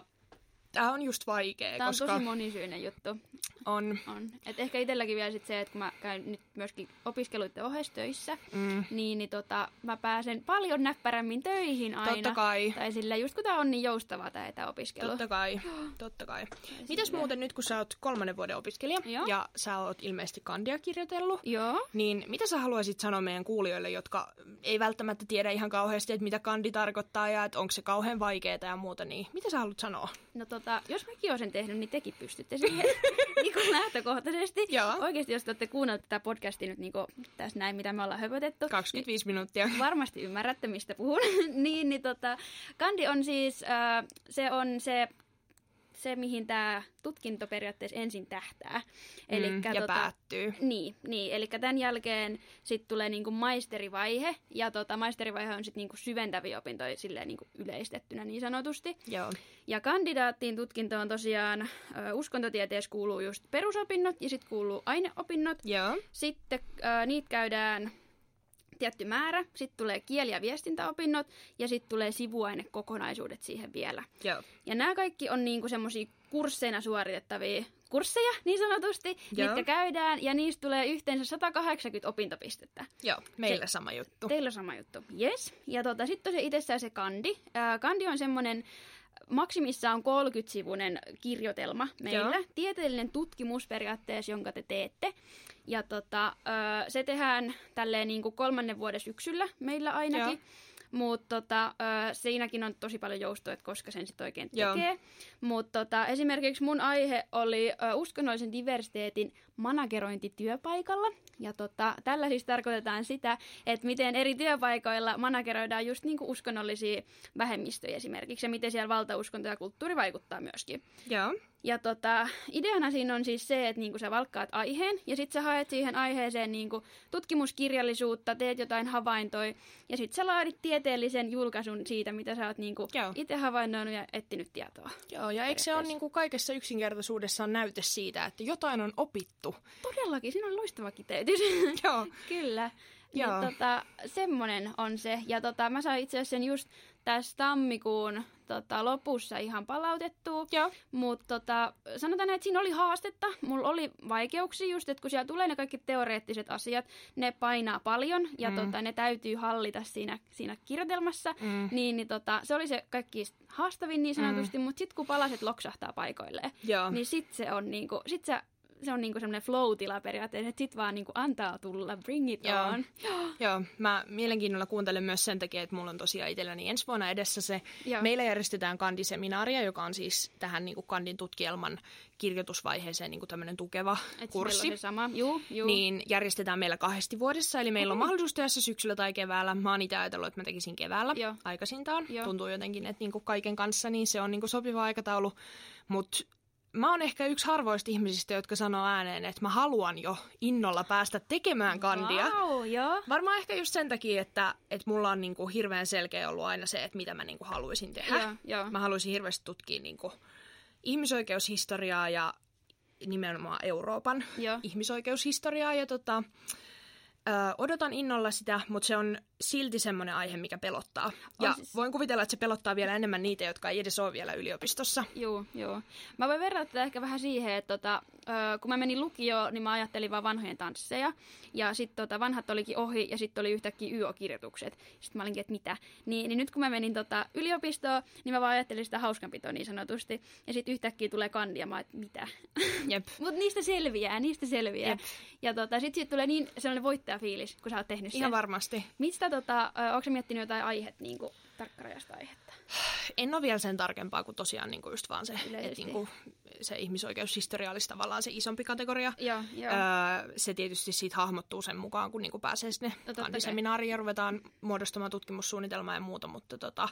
tää on just vaikea. Tää on tosi monisyinen juttu. On. Et ehkä itselläkin vielä sit se, että kun mä käyn nyt myöskin opiskeluiden ohessa töissä, niin mä pääsen paljon näppärämmin töihin aina. Totta kai. Tai sillä just kun tää on niin joustavaa tää etäopiskelu. Totta kai. Mitäs muuten nyt, kun sä oot 3. vuoden opiskelija ja sä oot ilmeisesti kandia kirjoitellut, niin mitä sä haluaisit sanoa meidän kuulijoille, jotka ei välttämättä tiedä ihan kauheasti, että mitä kandi tarkoittaa ja että onko se kauhean vaikeaa ja muuta, niin mitä sä haluat sanoa? No jos mäkin olen sen tehnyt, niin tekin pystytte siihen niin kuin lähtökohtaisesti. Oikeasti, jos te olette kuunnelleet tätä podcastia nyt niin tässä näin, mitä me ollaan höpötetty. 25 minuuttia. Varmasti ymmärrätte, mistä puhun. niin, kandi on siis, se on se, mihin tämä tutkinto periaatteessa ensin tähtää. Ja päättyy. Niin, eli tämän jälkeen sitten tulee niinku maisterivaihe, ja maisterivaihe on sitten niinku syventäviä opintoja silleen niinku yleistettynä niin sanotusti. Ja kandidaattiin tutkintoon tosiaan uskontotieteessä kuuluu just perusopinnot, ja sitten kuuluu aineopinnot. Sitten niitä käydään tietty määrä, sitten tulee kieli- ja viestintäopinnot, ja sitten tulee sivuainekokonaisuudet siihen vielä. Ja nämä kaikki on niinku semmoisia kursseina suoritettavia kursseja, niin sanotusti, mitkä käydään, ja niistä tulee yhteensä 180 opintopistettä. Meillä sama juttu. Teillä sama juttu, yes. Ja sitten se itsessään se kandi. Kandi on semmoinen, maksimissaan 30-sivuinen kirjoitelma meillä. Tieteellinen tutkimus periaatteessa, jonka te teette. Ja se tehdään tälleen niin kuin 3. vuoden syksyllä meillä ainakin. Mutta siinäkin on tosi paljon joustoa, että koska sen sitten oikein tekee. Mutta esimerkiksi mun aihe oli uskonnollisen diversiteetin managerointi työpaikalla. Ja tällä siis tarkoitetaan sitä, että miten eri työpaikoilla manageroidaan just niinku uskonnollisia vähemmistöjä esimerkiksi. Ja miten siellä valtauskonto ja kulttuuri vaikuttaa myöskin. Ja ideana siinä on siis se, että niinku sä valkkaat aiheen ja sitten sä haet siihen aiheeseen niinku tutkimuskirjallisuutta, teet jotain havaintoja ja sitten sä laadit tieteellisen julkaisun siitä, mitä sä oot niinku itse havainnoinut ja etsinyt tietoa. Ja eikö se ole niinku kaikessa yksinkertaisuudessaan näyte siitä, että jotain on opittu? Todellakin, siinä on loistava kiteytys. Kyllä. Niin, semmonen on se. Ja mä sain itse asiassa sen just tässä tammikuun lopussa ihan palautettua. Mutta sanotaan, että siinä oli haastetta. Mulla oli vaikeuksia just, että kun siellä tulee ne kaikki teoreettiset asiat, ne painaa paljon ja ne täytyy hallita siinä kirjoitelmassa. Niin se oli se kaikki haastavin niin sanotusti, mutta sitten kun palaset loksahtaa paikoilleen, niin sitten se on niinku, se on niinku semmoinen flow-tila periaatteessa, että sit vaan niinku antaa tulla, bring it on. Mä mielenkiinnolla kuuntelen myös sen takia, että mulla on tosiaan itselläni ensi vuonna edessä se. Meillä järjestetään kandiseminaaria, joka on siis tähän niinku kandin tutkielman kirjoitusvaiheeseen niinku tämmöinen tukeva kurssi. Se sama. Niin järjestetään meillä 2 vuodessa, eli meillä on mahdollisuus tehdä se syksyllä tai keväällä. Mä oon itse ajatellut, että mä tekisin keväällä aikaisintaan. Tuntuu jotenkin, että niinku kaiken kanssa niin se on niinku sopiva aikataulu, mutta mä oon ehkä yksi harvoista ihmisistä, jotka sanoo ääneen, että mä haluan jo innolla päästä tekemään kandia. Wow, joo. Varmaan ehkä just sen takia, että mulla on niinku hirveän selkeä ollut aina se, että mitä mä niinku haluaisin tehdä. Joo. Mä haluaisin hirveästi tutkia niinku ihmisoikeushistoriaa ja nimenomaan Euroopan ihmisoikeushistoriaa. Ja odotan innolla sitä, mutta se on silti semmoinen aihe, mikä pelottaa. Ja siis voin kuvitella, että se pelottaa vielä enemmän niitä, jotka ei edes ole vielä yliopistossa. Joo. Mä voin verrata tätä ehkä vähän siihen, että kun mä menin lukioon, niin mä ajattelin vaan vanhojen tansseja. Ja sitten vanhat olikin ohi ja sitten oli yhtäkkiä YO-kirjoitukset. Sitten mä olinkin, että mitä? Niin nyt kun mä menin yliopistoon, niin mä vaan ajattelin sitä hauskanpitoa niin sanotusti. Ja sitten yhtäkkiä tulee kandia, mä että mitä? Jep. Mutta niistä selviää. Jep. Ja sitten tulee niin sellainen voittajafiilis, kun sä oot tehnyt sen. Ihan varmasti. Mistä ootko sä miettinyt jotain aihetta, niin tarkkarajasta aihetta? En ole vielä sen tarkempaa kuin tosiaan niin kuin just vaan se, että niin kuin se ihmisoikeushistoria olisi tavallaan se isompi kategoria. Joo. Se tietysti siitä hahmottuu sen mukaan, kun niin kuin pääsee sinne kandiseminaariin ja ruvetaan muodostamaan tutkimussuunnitelmaa ja muuta. Mutta,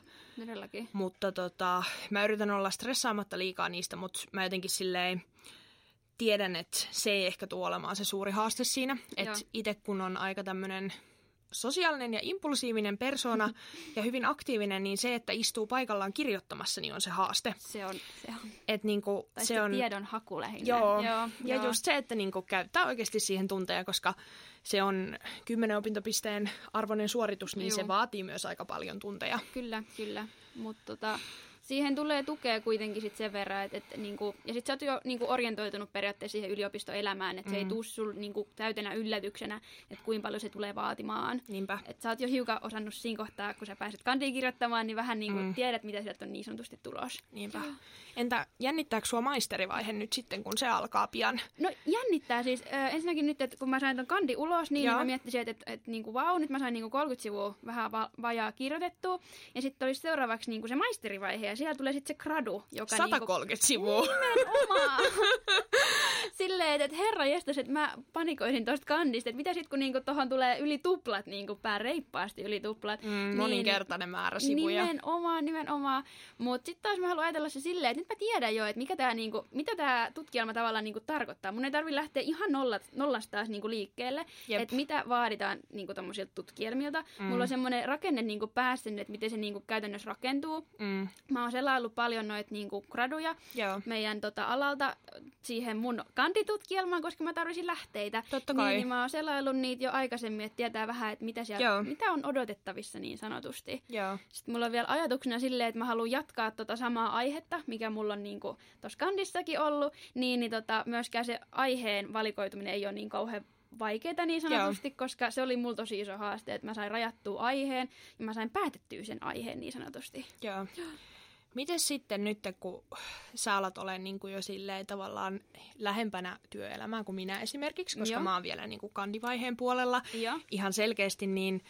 mä yritän olla stressaamatta liikaa niistä, mutta mä jotenkin silleen tiedän, että se ei ehkä tule olemaan se suuri haaste siinä. Että itse kun on aika tämmöinen sosiaalinen ja impulsiivinen persona ja hyvin aktiivinen, niin se, että istuu paikallaan kirjoittamassa, niin on se haaste. Se on. Et niinku, tai se on tiedon haku lähinnä. Joo. Just se, että niinku käyttää oikeasti siihen tunteja, koska se on 10 opintopisteen arvoinen suoritus, niin se vaatii myös aika paljon tunteja. Kyllä. Mutta siihen tulee tukea kuitenkin sit sen verran, että niinku, ja sit sä oot jo niinku orientoitunut periaatteessa siihen yliopistoelämään, että se ei tuu sul niinku täytenä yllätyksenä, että kuinka paljon se tulee vaatimaan. Niinpä. Että sä oot jo hiukan osannut siinä kohtaa, kun sä pääset kandiin kirjoittamaan, niin vähän niinku tiedät, mitä sieltä on niin sanotusti tulos. Niinpä. Entä jännittääkö sua maisterivaihe nyt sitten, kun se alkaa pian? No jännittää siis. Ensinnäkin nyt, että kun mä sain ton kandi ulos, niin mä miettisin, että niinku, nyt mä sain niinku 30 sivua vähän vajaa kirjoitettua. Ja sitten olisi seuraavaksi niinku se maisterivaihe ja siellä tulee sitten se gradu, joka 130 sivua. Nimenomaan. Silleen, että herra jestas, että mä panikoisin tosta kandista, että mitä sitten kun niinku tohon tulee yli tuplat, niinku reippaasti yli tuplat. Moninkertainen määrä sivuja. Nimenomaan. Mutta sitten taas mä haluan ajatella se silleen, että nyt mä tiedän jo, että mitä tää tutkielma tavallaan niinku tarkoittaa. Mun ei tarvitse lähteä ihan nollasta taas niinku liikkeelle, että mitä vaaditaan niinku tommosilta tutkielmilta. Mulla on semmoinen rakenne niinku päässä, että miten se niinku käytännössä rakentuu. Mä oon selaillut paljon noita niinku graduja meidän alalta siihen mun kanditutkielmaan, koska mä tarvitsin lähteitä. Totta kai. Niin mä oon selaillut niitä jo aikaisemmin, että tietää vähän, että mitä on odotettavissa niin sanotusti. Joo. Sitten mulla on vielä ajatuksena silleen, että mä haluan jatkaa samaa aihetta, mikä mulla on niinku tuossa kandissakin ollut, niin myöskään se aiheen valikoituminen ei ole niin kauhean vaikeaa niin sanotusti, koska se oli mulla tosi iso haaste, että mä sain rajattua aiheen ja mä sain päätettyä sen aiheen niin sanotusti. Joo. Mites sitten nyt, kun sä alat olemaan niin kuin jo silleen tavallaan lähempänä työelämää kuin minä esimerkiksi, koska mä oon vielä niin kuin kandivaiheen puolella ihan selkeästi, niin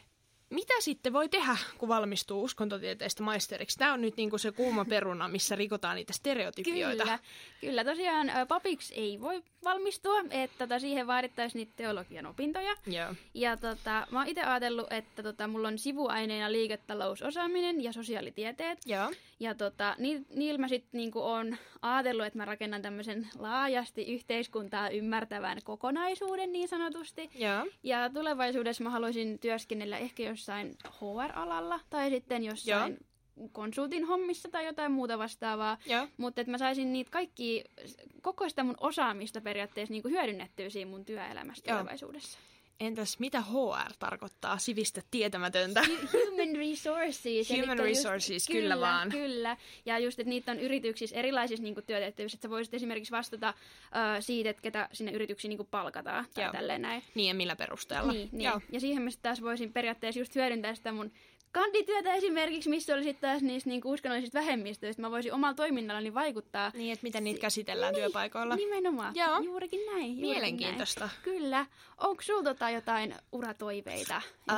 mitä sitten voi tehdä, kun valmistuu uskontotieteestä maisteriksi? Tämä on nyt niin kuin se kuuma peruna, missä rikotaan niitä stereotypioita. Kyllä tosiaan papiksi ei voi valmistua, että siihen vaadittaisiin niitä teologian opintoja. Joo. Ja mä oon itse ajatellut, että mulla on sivuaineina liiketalousosaaminen ja sosiaalitieteet. Joo. Ja niillä mä sitten niinku oon ajatellut, että mä rakennan tämmöisen laajasti yhteiskuntaa ymmärtävän kokonaisuuden niin sanotusti. Joo. Ja tulevaisuudessa mä haluaisin työskennellä ehkä jossain HR-alalla tai sitten jossain konsultin hommissa tai jotain muuta vastaavaa. Mutta että mä saisin niitä kaikkia, koko sitä mun osaamista periaatteessa niinku hyödynnettyä siinä mun työelämässä tulevaisuudessa. Entäs mitä HR tarkoittaa? Sivistä tietämätöntä. Human resources. Human resources, kyllä vaan. Kyllä. Ja just, että niitä on yrityksissä erilaisissa niinku työtehtävissä. Että sä voisit esimerkiksi vastata siitä, että ketä sinne yrityksiin niinku palkataan. Tai tälleen näin. Niin ja millä perusteella. Niin. Ja siihen mä taas voisin periaatteessa just hyödyntää sitä mun kandityötä esimerkiksi, missä oli sitten taas niistä niinku uskonnollisista vähemmistöistä. Mä voisin omalla toiminnallani vaikuttaa. Niin, että miten niitä käsitellään työpaikoilla. Nimenomaan. Juurikin näin. Mielenkiintoista. Kyllä. Onko sulla jotain uratoiveita?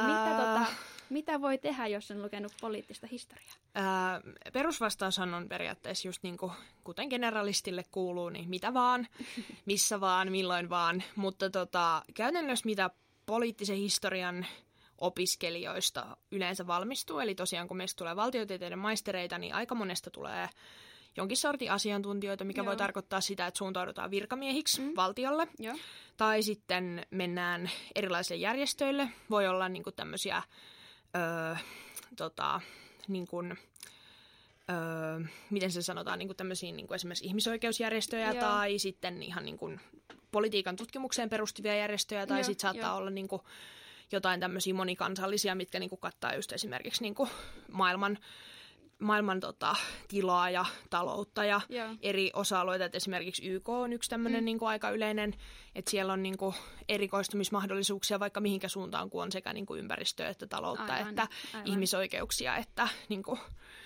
Mitä voi tehdä, jos on lukenut poliittista historiaa? Perusvastaushan on periaatteessa just niin kuin, kuten generalistille kuuluu, niin mitä vaan, missä vaan, milloin vaan. Mutta käytännössä mitä poliittisen historian opiskelijoista yleensä valmistuu, eli tosiaan kun meistä tulee valtiotieteiden maistereita, niin aika monesta tulee jonkin sortin asiantuntijoita, mikä voi tarkoittaa sitä, että suuntaudutaan virkamiehiksi valtiolle. Joo. Tai sitten mennään erilaisille järjestöille. Voi olla niin kuin tämmöisiä niin kuin, miten se sanotaan, niin kuin tämmöisiä niin kuin esimerkiksi ihmisoikeusjärjestöjä tai sitten ihan niin kuin politiikan tutkimukseen perustuvia järjestöjä tai sitten saattaa olla niin kuin jotain tämmöisiä monikansallisia, mitkä niin kuin kattaa just esimerkiksi niin kuin maailman tilaa ja taloutta ja eri osa-alueita. Et esimerkiksi YK on yksi tämmöinen niin kuin aika yleinen, että siellä on niin kuin erikoistumismahdollisuuksia vaikka mihinkä suuntaan, kun on sekä niin kuin ympäristöä että taloutta että ihmisoikeuksia, että niin kuin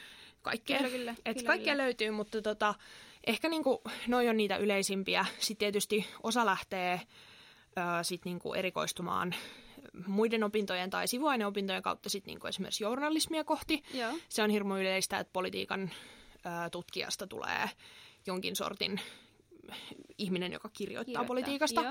kaikkea löytyy, mutta ehkä niin kuin, noi on niitä yleisimpiä. Sitten tietysti osa lähtee sit niin kuin erikoistumaan muiden opintojen tai sivuaineopintojen kautta sit niin kuin esimerkiksi journalismia kohti. Joo. Se on hirmu yleistä, että politiikan tutkijasta tulee jonkin sortin ihminen, joka kirjoittaa politiikasta.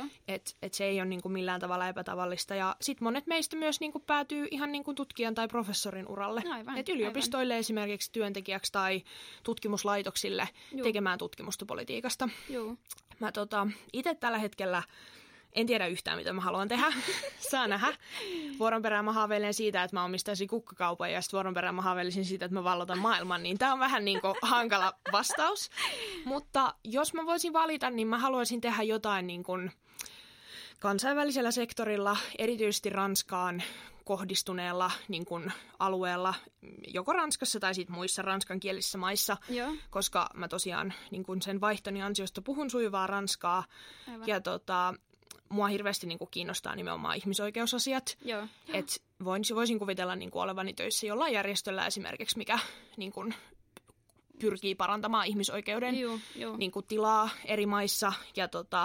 Et se ei ole niin kuin millään tavalla epätavallista. Ja sitten monet meistä myös niin kuin päätyy ihan niin kuin tutkijan tai professorin uralle. Et yliopistoille esimerkiksi työntekijäksi tai tutkimuslaitoksille tekemään tutkimusta politiikasta. Mä itse tällä hetkellä en tiedä yhtään, mitä mä haluan tehdä. Saa nähdä. Vuoron perään mä haaveilen siitä, että mä omistaisin kukkakaupan ja sitten vuoron perään mä haaveilisin siitä, että mä vallotan maailman. Niin tää on vähän niin kuin hankala vastaus. Mutta jos mä voisin valita, niin mä haluaisin tehdä jotain niin kuin kansainvälisellä sektorilla, erityisesti Ranskaan kohdistuneella niin kuin alueella, joko Ranskassa tai sitten muissa ranskankielisissä maissa, koska mä tosiaan niin kuin sen vaihtoni ansiosta puhun sujuvaa ranskaa. Aivan. Ja mua hirveästi niin kuin kiinnostaa nimenomaan ihmisoikeusasiat. Että voisin kuvitella niin kuin olevani töissä jollain järjestöllä esimerkiksi, mikä niin kuin pyrkii parantamaan ihmisoikeuden niin kuin tilaa eri maissa. Ja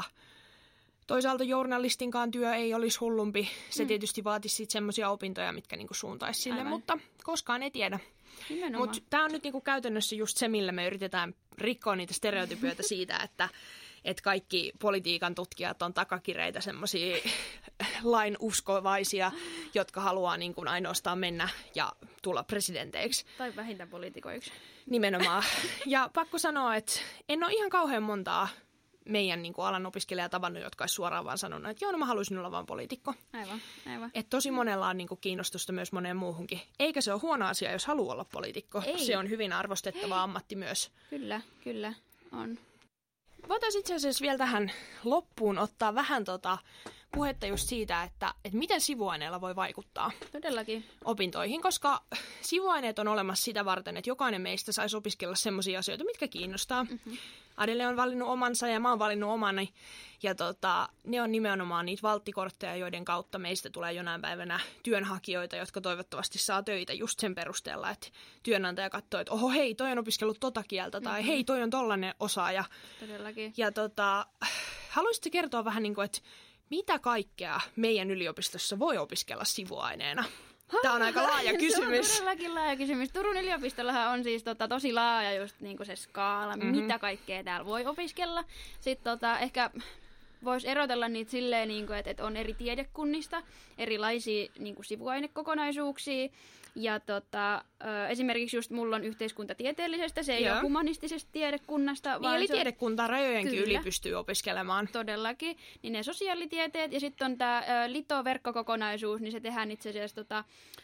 toisaalta journalistinkaan työ ei olisi hullumpi. Se tietysti vaatisi sitten semmoisia opintoja, mitkä niin kuin suuntaisi sille, mutta koskaan ei tiedä. Mutta tämä on nyt niin kuin käytännössä just se, millä me yritetään rikkoa niitä stereotypioita siitä, että kaikki politiikan tutkijat on takakireitä semmoisia lainuskovaisia, jotka haluaa niin kuin ainoastaan mennä ja tulla presidenteiksi. Tai vähintään poliitikoiksi. Nimenomaan. Ja pakko sanoa, että en ole ihan kauhean montaa meidän niin kuin alan opiskelijaa tavannut, jotka olisi suoraan vaan sanonut, että joo, no mä haluaisin olla vaan poliitikko. Aivan. Että tosi monella on niin kuin kiinnostusta myös moneen muuhunkin. Eikä se ole huono asia, jos haluaa olla poliitikko. Ei. Se on hyvin arvostettava ammatti myös. Kyllä on. Voitaisiin itse asiassa vielä tähän loppuun ottaa vähän puhetta just siitä, että miten sivuaineella voi vaikuttaa todellakin opintoihin, koska sivuaineet on olemassa sitä varten, että jokainen meistä saisi opiskella semmoisia asioita, mitkä kiinnostaa. Mm-hmm. Adele on valinnut omansa ja mä oon valinnut omani. Ja ne on nimenomaan niitä valttikortteja, joiden kautta meistä tulee jonain päivänä työnhakijoita, jotka toivottavasti saa töitä just sen perusteella, että työnantaja katsoo, että oho hei, toi on opiskellut tota kieltä tai hei, toi on tollainen osaaja. Todellakin. Ja haluaisitko kertoa vähän niin kuin, että mitä kaikkea meidän yliopistossa voi opiskella sivuaineena? Tämä on aika laaja kysymys. Se on todellakin laaja kysymys. Turun yliopistollahan on siis tosi laaja just niinku se skaala, mitä kaikkea täällä voi opiskella. Sitten ehkä voisi erotella niitä silleen, niinku, että on eri tiedekunnista erilaisia niinku sivuainekokonaisuuksia. Ja esimerkiksi just mulla on yhteiskuntatieteellisestä, se ei ole humanistisesta tiedekunnasta. Niin, eli tiedekuntaa rajojenkin yli pystyy opiskelemaan. Todellakin. Niin ne sosiaalitieteet ja sitten on tämä LITO-verkkokokonaisuus, niin se tehdään itse asiassa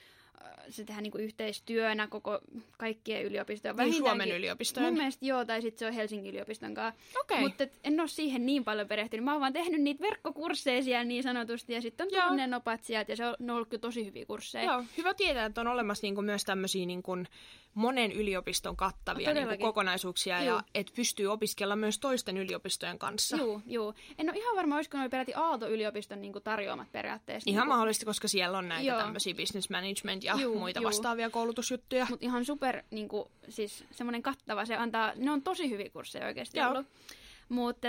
se tehdään niinku yhteistyönä kaikkien yliopistojen. Niin Suomen yliopistojen? Mun mielestä joo, tai sitten se on Helsingin yliopiston kanssa. Okay. Mutta en ole siihen niin paljon perehtynyt. Mä oon vaan tehnyt niitä verkkokursseja siellä niin sanotusti, ja sitten on tullut ne nopat sieltä, ja se on ollut kyllä tosi hyviä kursseja. Joo, hyvä tietää, että on olemassa niinku myös tämmöisiä niinku monen yliopiston kattavia niinku kokonaisuuksia, ja että pystyy opiskella myös toisten yliopistojen kanssa. Joo. En ole ihan varma, olisiko ne peräti Aalto-yliopiston niinku tarjoamat periaatteessa. Ihan mahdollisesti, koska siellä on näitä tämmöisiä business management ja muita vastaavia koulutusjuttuja. Mutta ihan super, niinku, siis semmoinen kattava, ne on tosi hyviä kursseja oikeasti ollut. Mutta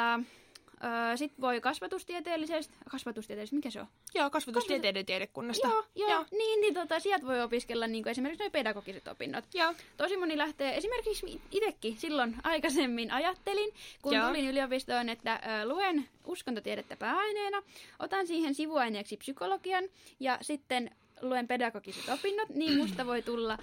sitten voi kasvatustieteellisestä, mikä se on? Joo, kasvatustieteiden tiedekunnasta. Joo. Niin sieltä voi opiskella niin esimerkiksi nuo pedagogiset opinnot. Joo. Tosi moni lähtee, esimerkiksi itsekin silloin aikaisemmin ajattelin, kun tulin yliopistoon, että luen uskontotiedettä pääaineena, otan siihen sivuaineeksi psykologian ja sitten luen pedagogiset opinnot, niin musta voi tulla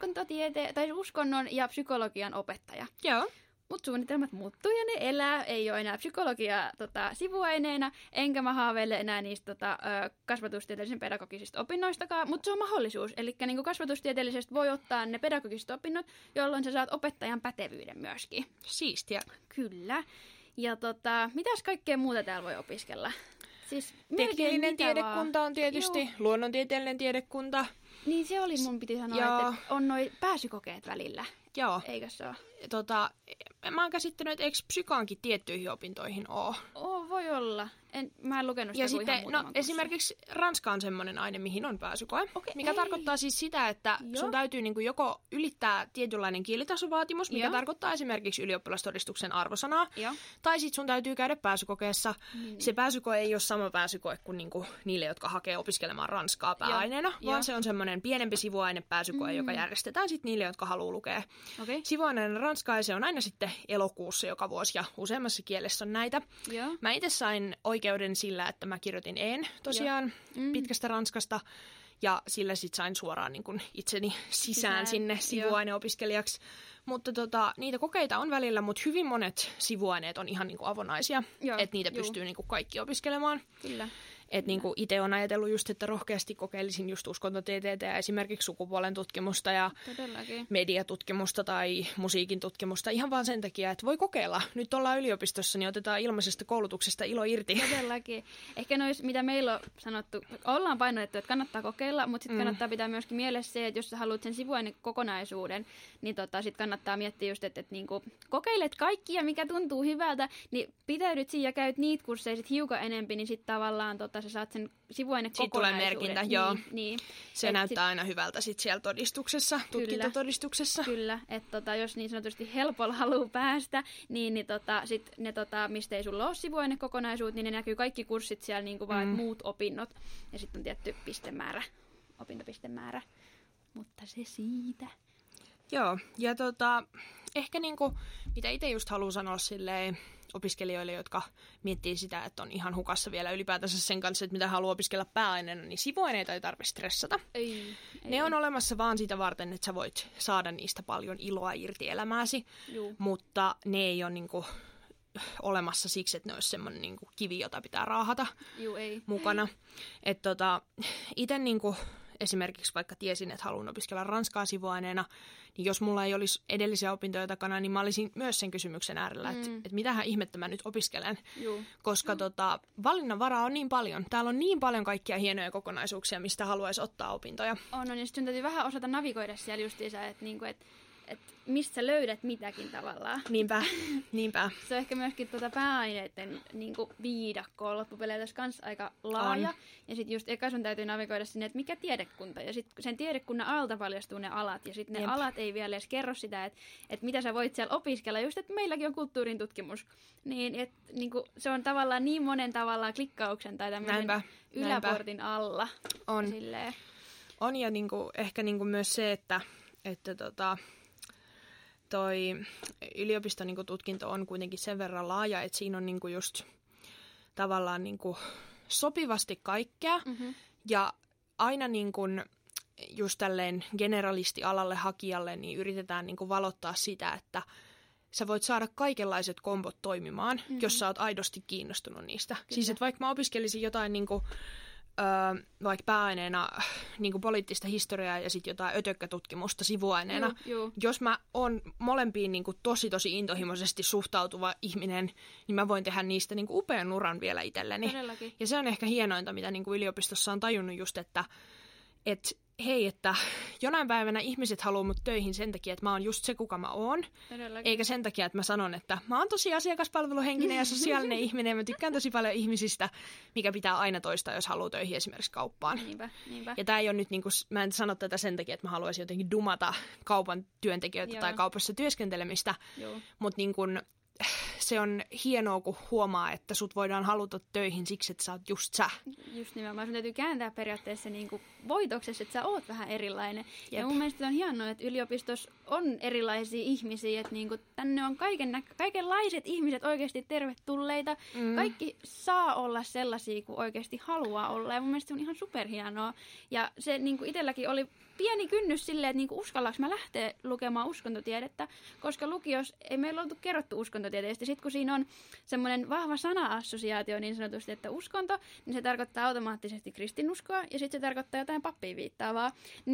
uskonnon ja psykologian opettaja. Joo. Mut suunnitelmat muuttuu ja ne elää. Ei ole enää psykologia sivuaineena, enkä mä haaveile enää niistä kasvatustieteellisen pedagogisista opinnoistakaan, mutta se on mahdollisuus. Eli niin kasvatustieteellisestä voi ottaa ne pedagogiset opinnot, jolloin sä saat opettajan pätevyyden myöskin. Siistiä. Kyllä. Ja mitäs kaikkea muuta täällä voi opiskella? Siis teknillinen tiedekunta on tietysti, joo. Luonnontieteellinen tiedekunta. Niin se oli mun piti sanoa, että on noi pääsykokeet välillä. Joo. Eikö se ole? Mä oon käsittänyt, että eikö psykaankin tiettyihin opintoihin ole? Voi olla. Mä en lukenut sitä ja sitten, ihan muutaman esimerkiksi ranska on semmoinen aine, mihin on pääsykoe, mikä tarkoittaa siis sitä, että sun täytyy niinku joko ylittää tietynlainen kielitasovaatimus, mikä tarkoittaa esimerkiksi ylioppilastodistuksen arvosanaa, tai sitten sun täytyy käydä pääsykokeessa. Se pääsykoe ei ole sama pääsykoe kuin niinku niille, jotka hakee opiskelemaan ranskaa pääaineena, vaan se on semmoinen pienempi sivuaine pääsykoe, joka järjestetään sitten niille, jotka haluaa lukea sivuaineena ranskaa, ja se on aina sitten elokuussa joka vuosi, ja useammassa kielessä on näitä. Mä itse sain oikeuden sillä, että mä kirjoitin tosiaan pitkästä ranskasta, ja sillä sit sain suoraan niin kun itseni sisään sinne sivuaineopiskelijaksi. Mutta niitä kokeita on välillä, mutta hyvin monet sivuaineet on ihan niin kuin avonaisia, että niitä pystyy niin kuin kaikki opiskelemaan. Kyllä. Että niinku itse olen ajatellut just, että rohkeasti kokeilisin just uskontotieteitä ja esimerkiksi sukupuolen tutkimusta ja mediatutkimusta tai musiikin tutkimusta ihan vaan sen takia, että voi kokeilla. Nyt ollaan yliopistossa, niin otetaan ilmaisesta koulutuksesta ilo irti. Todellakin. Ehkä nois, mitä meillä on sanottu, ollaan painotettu, että kannattaa kokeilla, mutta sitten kannattaa pitää myöskin mielessä se, että jos sä haluat sen sivuaineen kokonaisuuden, niin sitten kannattaa miettiä just, että niinku, kokeilet kaikkia, mikä tuntuu hyvältä, niin pitäydyt siinä ja käyt niitä kursseja sit hiukan enempi, niin sitten tavallaan sä saat sen sivuainekokonaisuuden. Siitä tulee merkintä, joo. Niin. Se näyttää aina hyvältä sit siellä todistuksessa, tutkintotodistuksessa. Kyllä, että jos niin sanotusti helpolla haluaa päästä, niin sit ne, mistä ei sulla ole sivuainekokonaisuus, niin ne näkyy kaikki kurssit siellä niinku vaan muut opinnot. Ja sitten on tietty pistemäärä, opintopistemäärä. Mutta se siitä. Joo, ja ehkä niinku, mitä itse just haluan sanoa silleen opiskelijoille, jotka miettii sitä, että on ihan hukassa vielä ylipäätänsä sen kanssa, että mitä haluaa opiskella pääaineena, niin sivuaineita ei tarvitse stressata. Ne on olemassa vaan sitä varten, että sä voit saada niistä paljon iloa irti elämääsi, mutta ne ei ole niinku olemassa siksi, että ne olisi semmoinen niinku kivi, jota pitää raahata mukana. Itse niinku esimerkiksi vaikka tiesin, että haluan opiskella ranskaa sivuaineena, niin jos mulla ei olisi edellisiä opintoja takana, niin mä olisin myös sen kysymyksen äärellä, että mitähän ihmettä mä nyt opiskelen. Koska valinnanvaraa on niin paljon. Täällä on niin paljon kaikkia hienoja kokonaisuuksia, mistä haluaisi ottaa opintoja. Ja sitten täytyy vähän osata navigoida siellä justiinsa, että mistä sä löydät mitäkin tavallaan. Niinpä. Se on ehkä myöskin pääaineiden viidakko loppupeleissä kanssa aika laaja. Ja sitten just eka sun täytyy navigoida sinne, että mikä tiedekunta. Ja sitten sen tiedekunnan alta paljastuu ne alat. Ja sitten ne alat ei vielä edes kerro sitä, että mitä sä voit siellä opiskella. Just, että meilläkin on kulttuurin tutkimus. Niin, että se on tavallaan niin monen tavallaan klikkauksen tai tämmöisen yläportin alla. On ja ehkä myös se, että toi yliopiston tutkinto on kuitenkin sen verran laaja, että siinä on just tavallaan sopivasti kaikkea. Ja aina just tälleen generalistialalle hakijalle niin yritetään valottaa sitä, että sä voit saada kaikenlaiset kombot toimimaan, jos sä oot aidosti kiinnostunut niistä. Kyllä. Siis että vaikka mä opiskelisin jotain vaikka pääaineena poliittista historiaa ja sitten jotain ötökkätutkimusta sivuaineena. Jos mä oon molempiin tosi intohimoisesti suhtautuva ihminen, niin mä voin tehdä niistä upean uran vielä itselleni. Todellakin. Ja se on ehkä hienointa, mitä yliopistossa on tajunnut just, että hei, että jonain päivänä ihmiset haluaa mut töihin sen takia, että mä oon just se, kuka mä oon. Eikä sen takia, että mä sanon, että mä oon tosi asiakaspalveluhenkinen ja sosiaalinen ihminen ja mä tykkään tosi paljon ihmisistä, mikä pitää aina toistaa, jos haluaa töihin esimerkiksi kauppaan. Niinpä. Ja tää ei ole nyt, mä en sano tätä sen takia, että mä haluaisin jotenkin dumata kaupan työntekijöitä tai kaupassa työskentelemistä, mutta se on hienoa, kun huomaa, että sut voidaan haluta töihin siksi, että sä oot just sä. Just nimenomaan. Sun täytyy kääntää periaatteessa niin kuin voitoksessa, että sä oot vähän erilainen. Jep. Ja mun mielestä on hienoa, että yliopistossa on erilaisia ihmisiä, että niin kuin tänne on kaikenlaiset ihmiset oikeasti tervetulleita. Kaikki saa olla sellaisia, kuin oikeasti haluaa olla. Ja mun mielestä se on ihan superhienoa. Ja se niin kuin itselläkin oli pieni kynnys silleen, että niinku uskallanko mä lähteä lukemaan uskontotiedettä, koska lukiossa ei meillä oltu kerrottu uskontotieteestä. Sitten kun siinä on semmoinen vahva sana-assosiaatio niin sanotusti, että uskonto, niin se tarkoittaa automaattisesti kristinuskoa ja sitten se tarkoittaa jotain pappiin viittaavaa.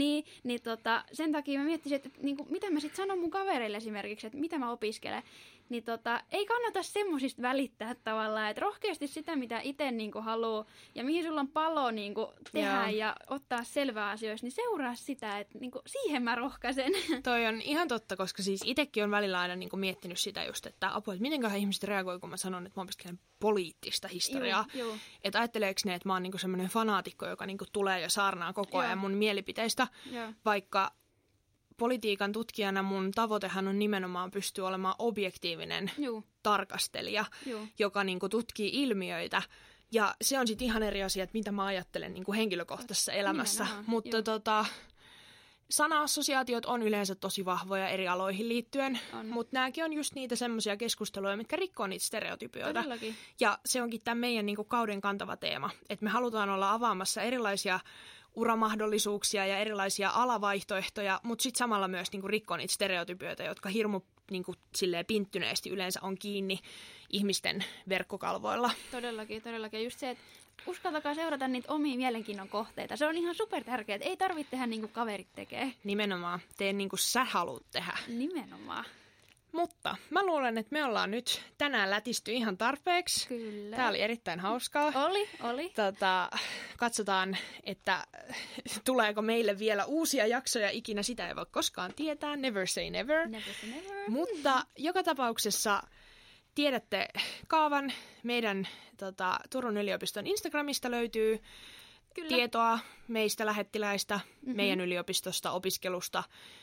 Sen takia mä miettisin, että niinku, mitä mä sitten sanon mun kavereille esimerkiksi, että mitä mä opiskelen. Niin ei kannata semmosista välittää tavallaan, että rohkeasti sitä, mitä itse niinku haluaa ja mihin sulla on palo niinku tehdä ja ottaa selvää asioista, niin seuraa sitä, että niinku, siihen mä rohkaisen. Toi on ihan totta, koska siis itsekin on välillä aina niinku miettinyt sitä just, että apua, että mitenköhän ihmiset reagoi, kun mä sanon, että mä opiskelen poliittista historiaa. Että ajatteleeko ne, että mä oon niinku semmoinen fanaatikko, joka niinku tulee ja saarnaa koko ajan mun mielipiteistä, vaikka politiikan tutkijana mun tavoitehan on nimenomaan pystyä olemaan objektiivinen tarkastelija, joka niinku tutkii ilmiöitä. Ja se on sitten ihan eri asia, että mitä mä ajattelen niinku henkilökohtaisessa elämässä. Mutta sana-assosiaatiot on yleensä tosi vahvoja eri aloihin liittyen, mutta nämäkin on just niitä semmoisia keskusteluja, mitkä rikkoo niitä stereotypioita. Todellakin. Ja se onkin tämän meidän niinku kauden kantava teema, että me halutaan olla avaamassa erilaisia uramahdollisuuksia ja erilaisia alavaihtoehtoja, mutta sitten samalla myös niinku rikkoo niitä stereotypioita, jotka hirmu niinku silleen pinttyneesti yleensä on kiinni ihmisten verkkokalvoilla. Todellakin. Just se, että uskaltakaa seurata niitä omia mielenkiinnon kohteita. Se on ihan super tärkeää. Ei tarvitse tehdä niin kuin kaverit tekee. Nimenomaan. Tee niin kuin sä haluat tehdä. Nimenomaan. Mutta mä luulen, että me ollaan nyt tänään lätisty ihan tarpeeksi. Kyllä. Tää oli erittäin hauskaa. Oli. Katsotaan, että tuleeko meille vielä uusia jaksoja ikinä. Sitä ei voi koskaan tietää. Never say never. Never say never. Mutta joka tapauksessa tiedätte kaavan. Meidän Turun yliopiston Instagramista löytyy tietoa meistä lähettiläistä, meidän yliopistosta, opiskelusta.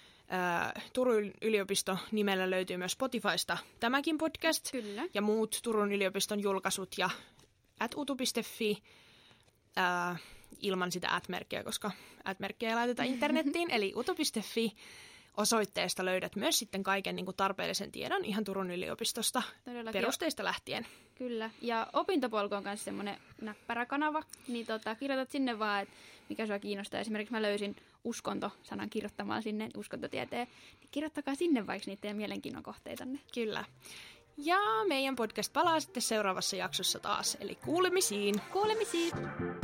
Turun yliopisto nimellä löytyy myös Spotifysta tämäkin podcast. Kyllä. Ja muut Turun yliopiston julkaisut ja @utu.fi ilman sitä @merkkiä, koska @merkkiä ei laiteta internettiin, eli utu.fi. Osoitteesta löydät myös sitten kaiken niin kuin tarpeellisen tiedon ihan Turun yliopistosta perusteista lähtien. Kyllä, ja opintopolku on myös semmoinen näppärä kanava, niin kirjoitat sinne vaan, että mikä sua kiinnostaa. Esimerkiksi mä löysin uskonto-sanan kirjoittamaan sinne uskontotieteen, niin kirjoittakaa sinne vaikka niitä teidän mielenkiinnon kohteitanne. Kyllä. Ja meidän podcast palaa sitten seuraavassa jaksossa taas, eli kuulemisiin. Kuulemisiin!